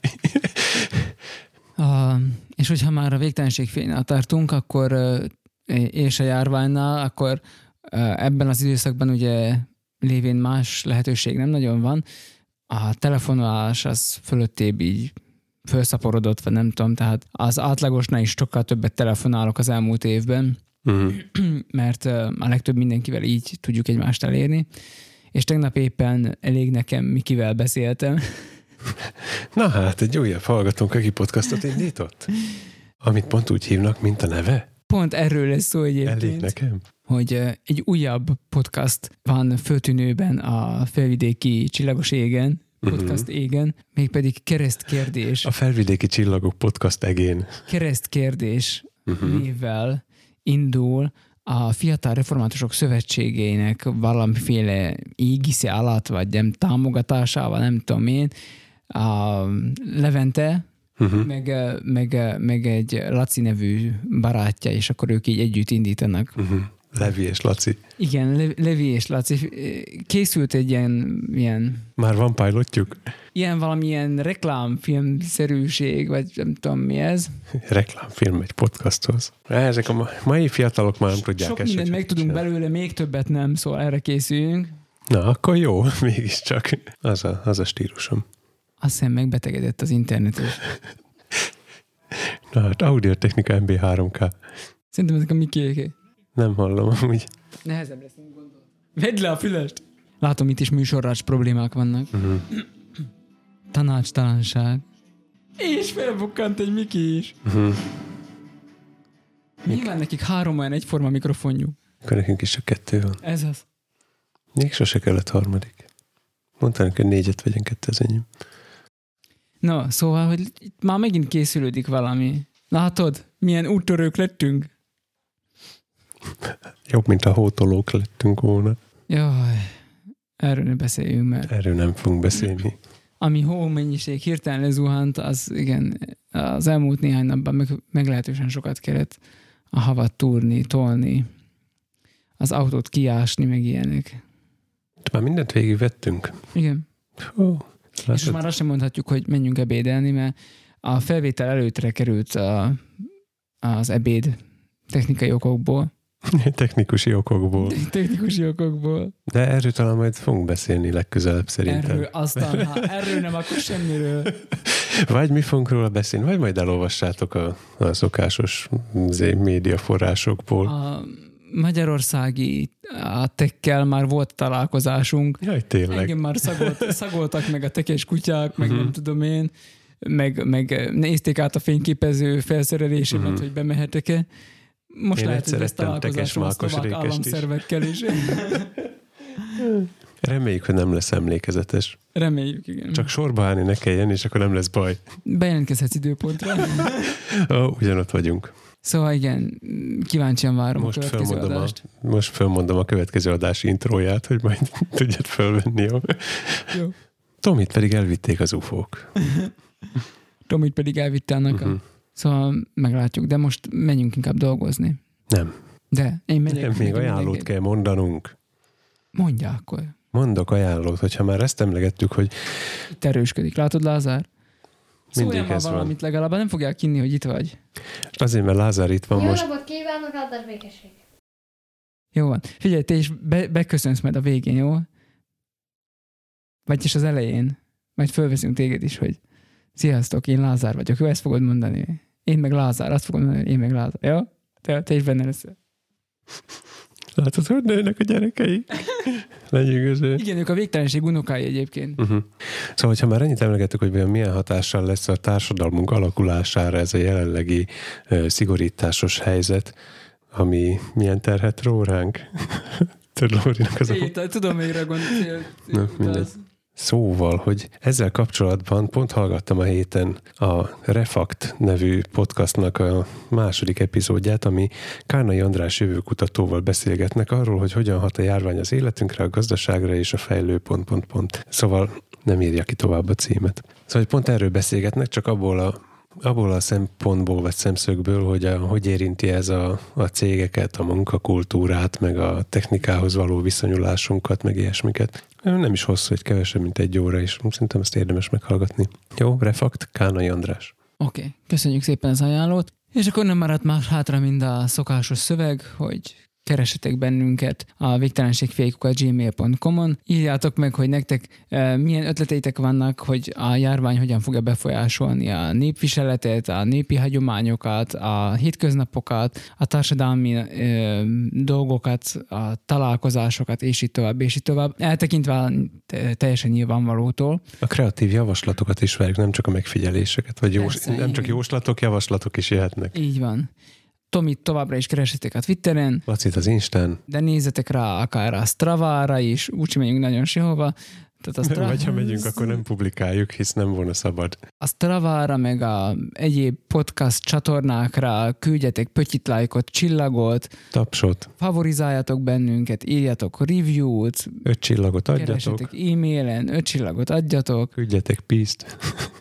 És hogyha már a végtelenség fénynál tartunk, akkor és a járványnál, akkor ebben az időszakban ugye lévén más lehetőség nem nagyon van. A telefonálás az fölöttébb így felszaporodott, vagy nem tudom, tehát az átlagosnál is sokkal többet telefonálok az elmúlt évben, mert a legtöbb mindenkivel így tudjuk egymást elérni. És tegnap éppen elég nekem Mikivel beszéltem. Na hát, egy újabb hallgatónk, aki podcastot indított, amit pont úgy hívnak, mint a neve. Pont erről lesz szó egyébként. Elég nekem. Hogy egy újabb podcast van föltűnőben a Felvidéki Csillagos égen, podcast égen, mégpedig Keresztkérdés. A Felvidéki Csillagok podcast egén. Keresztkérdés névvel indul a Fiatal Reformátusok Szövetségének valamiféle égisze alatt, vagy nem támogatásával, nem tudom én, a Levente, meg egy Laci nevű barátja, és akkor ők így együtt indítanak. Levi és Laci. Igen, Levi és Laci. Készült egy ilyen... Már van pilotjuk? Ilyen valamilyen reklámfilmszerűség, vagy nem tudom mi ez. Reklámfilm egy podcasthoz. Ezek a mai fiatalok már nem tudják ezt. Sok mindent megtudunk belőle, még többet nem, szóval erre készüljünk. Na, akkor jó, mégiscsak. Az a stílusom. Azt hiszem megbetegedett az internetes. Na hát, Audio-Technika MB3K. Szerintem ezek a Mikéké. Nem hallom amúgy. Nehezebb lesz, mint gondoltam. Vedd le a fülest! Látom, itt is műsorrács problémák vannak. Tanácstalanság. És felbukkant egy Miki is. Nyilván nekik 3 olyan egyforma mikrofonjuk. Akkor nekünk is csak 2 van. Ez az. Még sose kellett 3. Mondták, hogy 4 vegyen, 2 az enyém. Na, szóval, hogy itt már megint készülődik valami. Látod, milyen úttörők lettünk? Jobb, mint a hótolók lettünk volna. Jaj, erről ne beszéljünk, mert Erről nem fogunk beszélni. ami hómennyiség hirtelen lezuhant, az igen, az elmúlt néhány napban meglehetősen sokat kellett a havat túrni, tolni, az autót kiásni, meg ilyenek. Már mindent végigvettünk. Igen. Hú, És már azt sem mondhatjuk, hogy menjünk ebédelni, mert a felvétel előttre került az ebéd technikai okokból. Technikusi okokból. Technikusi okokból. De erről talán majd fogunk beszélni legközelebb szerintem. Erről, aztán, erről nem, akkor semmiről. Vagy mi fogunk róla beszélni, vagy majd elolvassátok a szokásos médiaforrásokból. A magyarországi tekkel már volt találkozásunk. Jaj, tényleg. Engem már szagoltak meg a tekes kutyák, meg nem tudom én, meg nézték át a fényképező felszerelésemet, hogy bemehetek-e. Most én lehet, hogy ezt találkozásom a szlovák államszervekkel is. Reméljük, hogy nem lesz emlékezetes. Reméljük, igen. Csak sorba állni ne kelljen, és akkor nem lesz baj. Bejelentkezhetsz időpontra. Ugyanott vagyunk. Szóval igen, kíváncsian várom a következő adást. Most fölmondom a következő adás intróját, hogy majd tudjad fölvenni. Jó. Tomit pedig elvitték az ufók. Tomit pedig elvitte annak Szóval meglátjuk, de most menjünk inkább dolgozni. Nem. De én megyek. Nem, még ajánlót kell mondanunk. Mondja akkor. Mondok ajánlót, hogyha már ezt emlegettük, hogy... Itt erősködik. Látod, Lázár? Mindig ez van. Valamit legalább nem fogják hinni, hogy itt vagy. Azért, mert Lázár itt van most. Jó napot kívánok, adás békesség. Jó van. Figyelj, te is beköszönsz majd a végén, jó? Vagyis az elején. Majd fölveszünk téged is, hogy sziasztok, én Lázár vagyok. Jó, ezt fogod mondani. Én meg Lázár. Azt fogod mondani, én meg Lázár. Jó? Te is benne leszel. Látod, hogy nőnek a gyerekei? Lenyűgöző. Igen, ők a végtelenség unokái egyébként. Szóval, hogyha már ennyit emlegettük, hogy milyen hatással lesz a társadalmunk alakulására ez a jelenlegi szigorításos helyzet, ami milyen terhet ró ránk. Tudod, Lórinak az Tudom, mire gondolsz. Szóval, hogy ezzel kapcsolatban pont hallgattam a héten a Refakt nevű podcastnak a második epizódját, ami Kárnai András jövőkutatóval beszélgetnek arról, hogy hogyan hat a járvány az életünkre, a gazdaságra és a fejlő ... Szóval nem írja ki tovább a címet. Szóval, hogy pont erről beszélgetnek, csak abból a szempontból vagy szemszögből, hogy érinti ez a cégeket, a munkakultúrát, meg a technikához való viszonyulásunkat, meg ilyesmiket. Nem is hosszú, hogy kevesebb, mint 1 óra is. Szerintem ezt érdemes meghallgatni. Jó, Refakt, Kárnai András. Oké, köszönjük szépen az ajánlót. És akkor nem maradt már hátra mind a szokásos szöveg, hogy keressetek bennünket a végtelenségfiaik@gmail.com-on. Írjátok meg, hogy nektek milyen ötleteitek vannak, hogy a járvány hogyan fogja befolyásolni a népviseletet, a népi hagyományokat, a hétköznapokat, a társadalmi dolgokat, a találkozásokat, és így tovább, és így tovább. Eltekintve teljesen nyilvánvalótól. A kreatív javaslatokat is várjuk, nem csak a megfigyeléseket, vagy nem csak jóslatok, javaslatok is jöhetnek. Így van. Tomit továbbra is keresetek a Twitteren. Lacit az Instán. De nézzetek rá akár a Stravára is, úgy megyünk nagyon sehova. Vagy ha megyünk, akkor nem publikáljuk, hisz nem volna szabad. A Stravára, meg a egyéb podcast csatornákra küldjetek pötyit, lájkot, csillagot. Tapsot. Favorizáljatok bennünket, írjatok review-t. 5 csillagot adjatok. Keresetek e-mailen, 5 csillagot adjatok. Küldjetek piszt.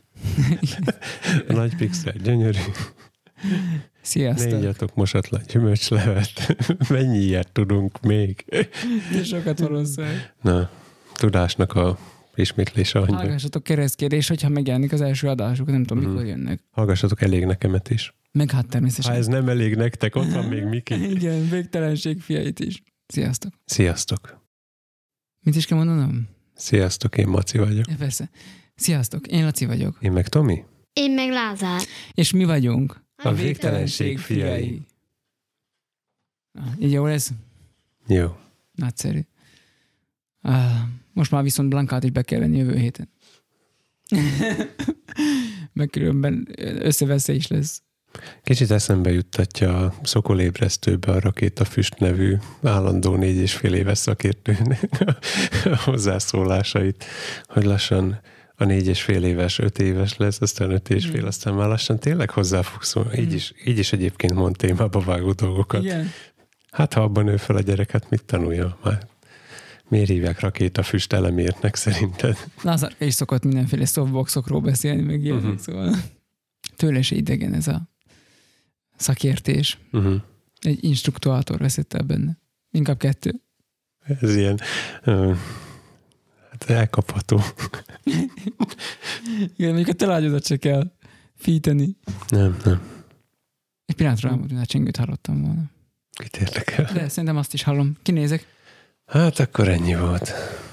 A nagy pixel gyönyörű. Sziasztok! Ne igyatok mosatlan gyümölcslevet. Mennyi ilyet tudunk még? De sokat valószínűleg. Na, tudásnak a ismétlése anyja. Hallgassatok keresztkérdés, hogyha megjelenik az első adásuk, nem tudom, mikor jönnek. Hallgassatok elég nekemet is. Meg hát természetesen. Ha ez nem elég nektek, ott van még Miki. Igen, végtelenség fiait is. Sziasztok! Sziasztok! Mit is kell mondanom? Sziasztok, én Maci vagyok. Ja, persze. Sziasztok, én Laci vagyok. Én meg Tomi. Én meg Lázár. És mi vagyunk? A végtelenség fiai. Így jó lesz? Jó. Nagyszerű. Most már viszont Blankát is be kell venni jövő héten. Meg különben összeveszély is lesz. Kicsit eszembe juttatja a Szokolébresztőbe a Rakétafüst nevű állandó 4,5 éves szakértőnek a hozzászólásait, hogy lassan a 4,5 éves 5 éves lesz, aztán 5,5, aztán már lassan tényleg hozzá fog szólni. Így is egyébként mond témába vágó dolgokat. Igen. Hát ha abban nő fel a gyereket, mit tanulja már? Miért hívják Rakétafüst elemértnek szerinted? Lázárka is szokott mindenféle softboxokról beszélni, meg ilyenek, szóval tőle se idegen ez a szakértés. Egy instruktuátor veszett el benne. Inkább 2. Ez ilyen hát elkapható. Igen, mondjuk a telágyodat se kell fíteni. Nem. Egy pillanatra rámúlt, hogy a csengőt hallottam volna. Kit érdekel? De szerintem azt is hallom. Kinézek. Hát akkor ennyi volt.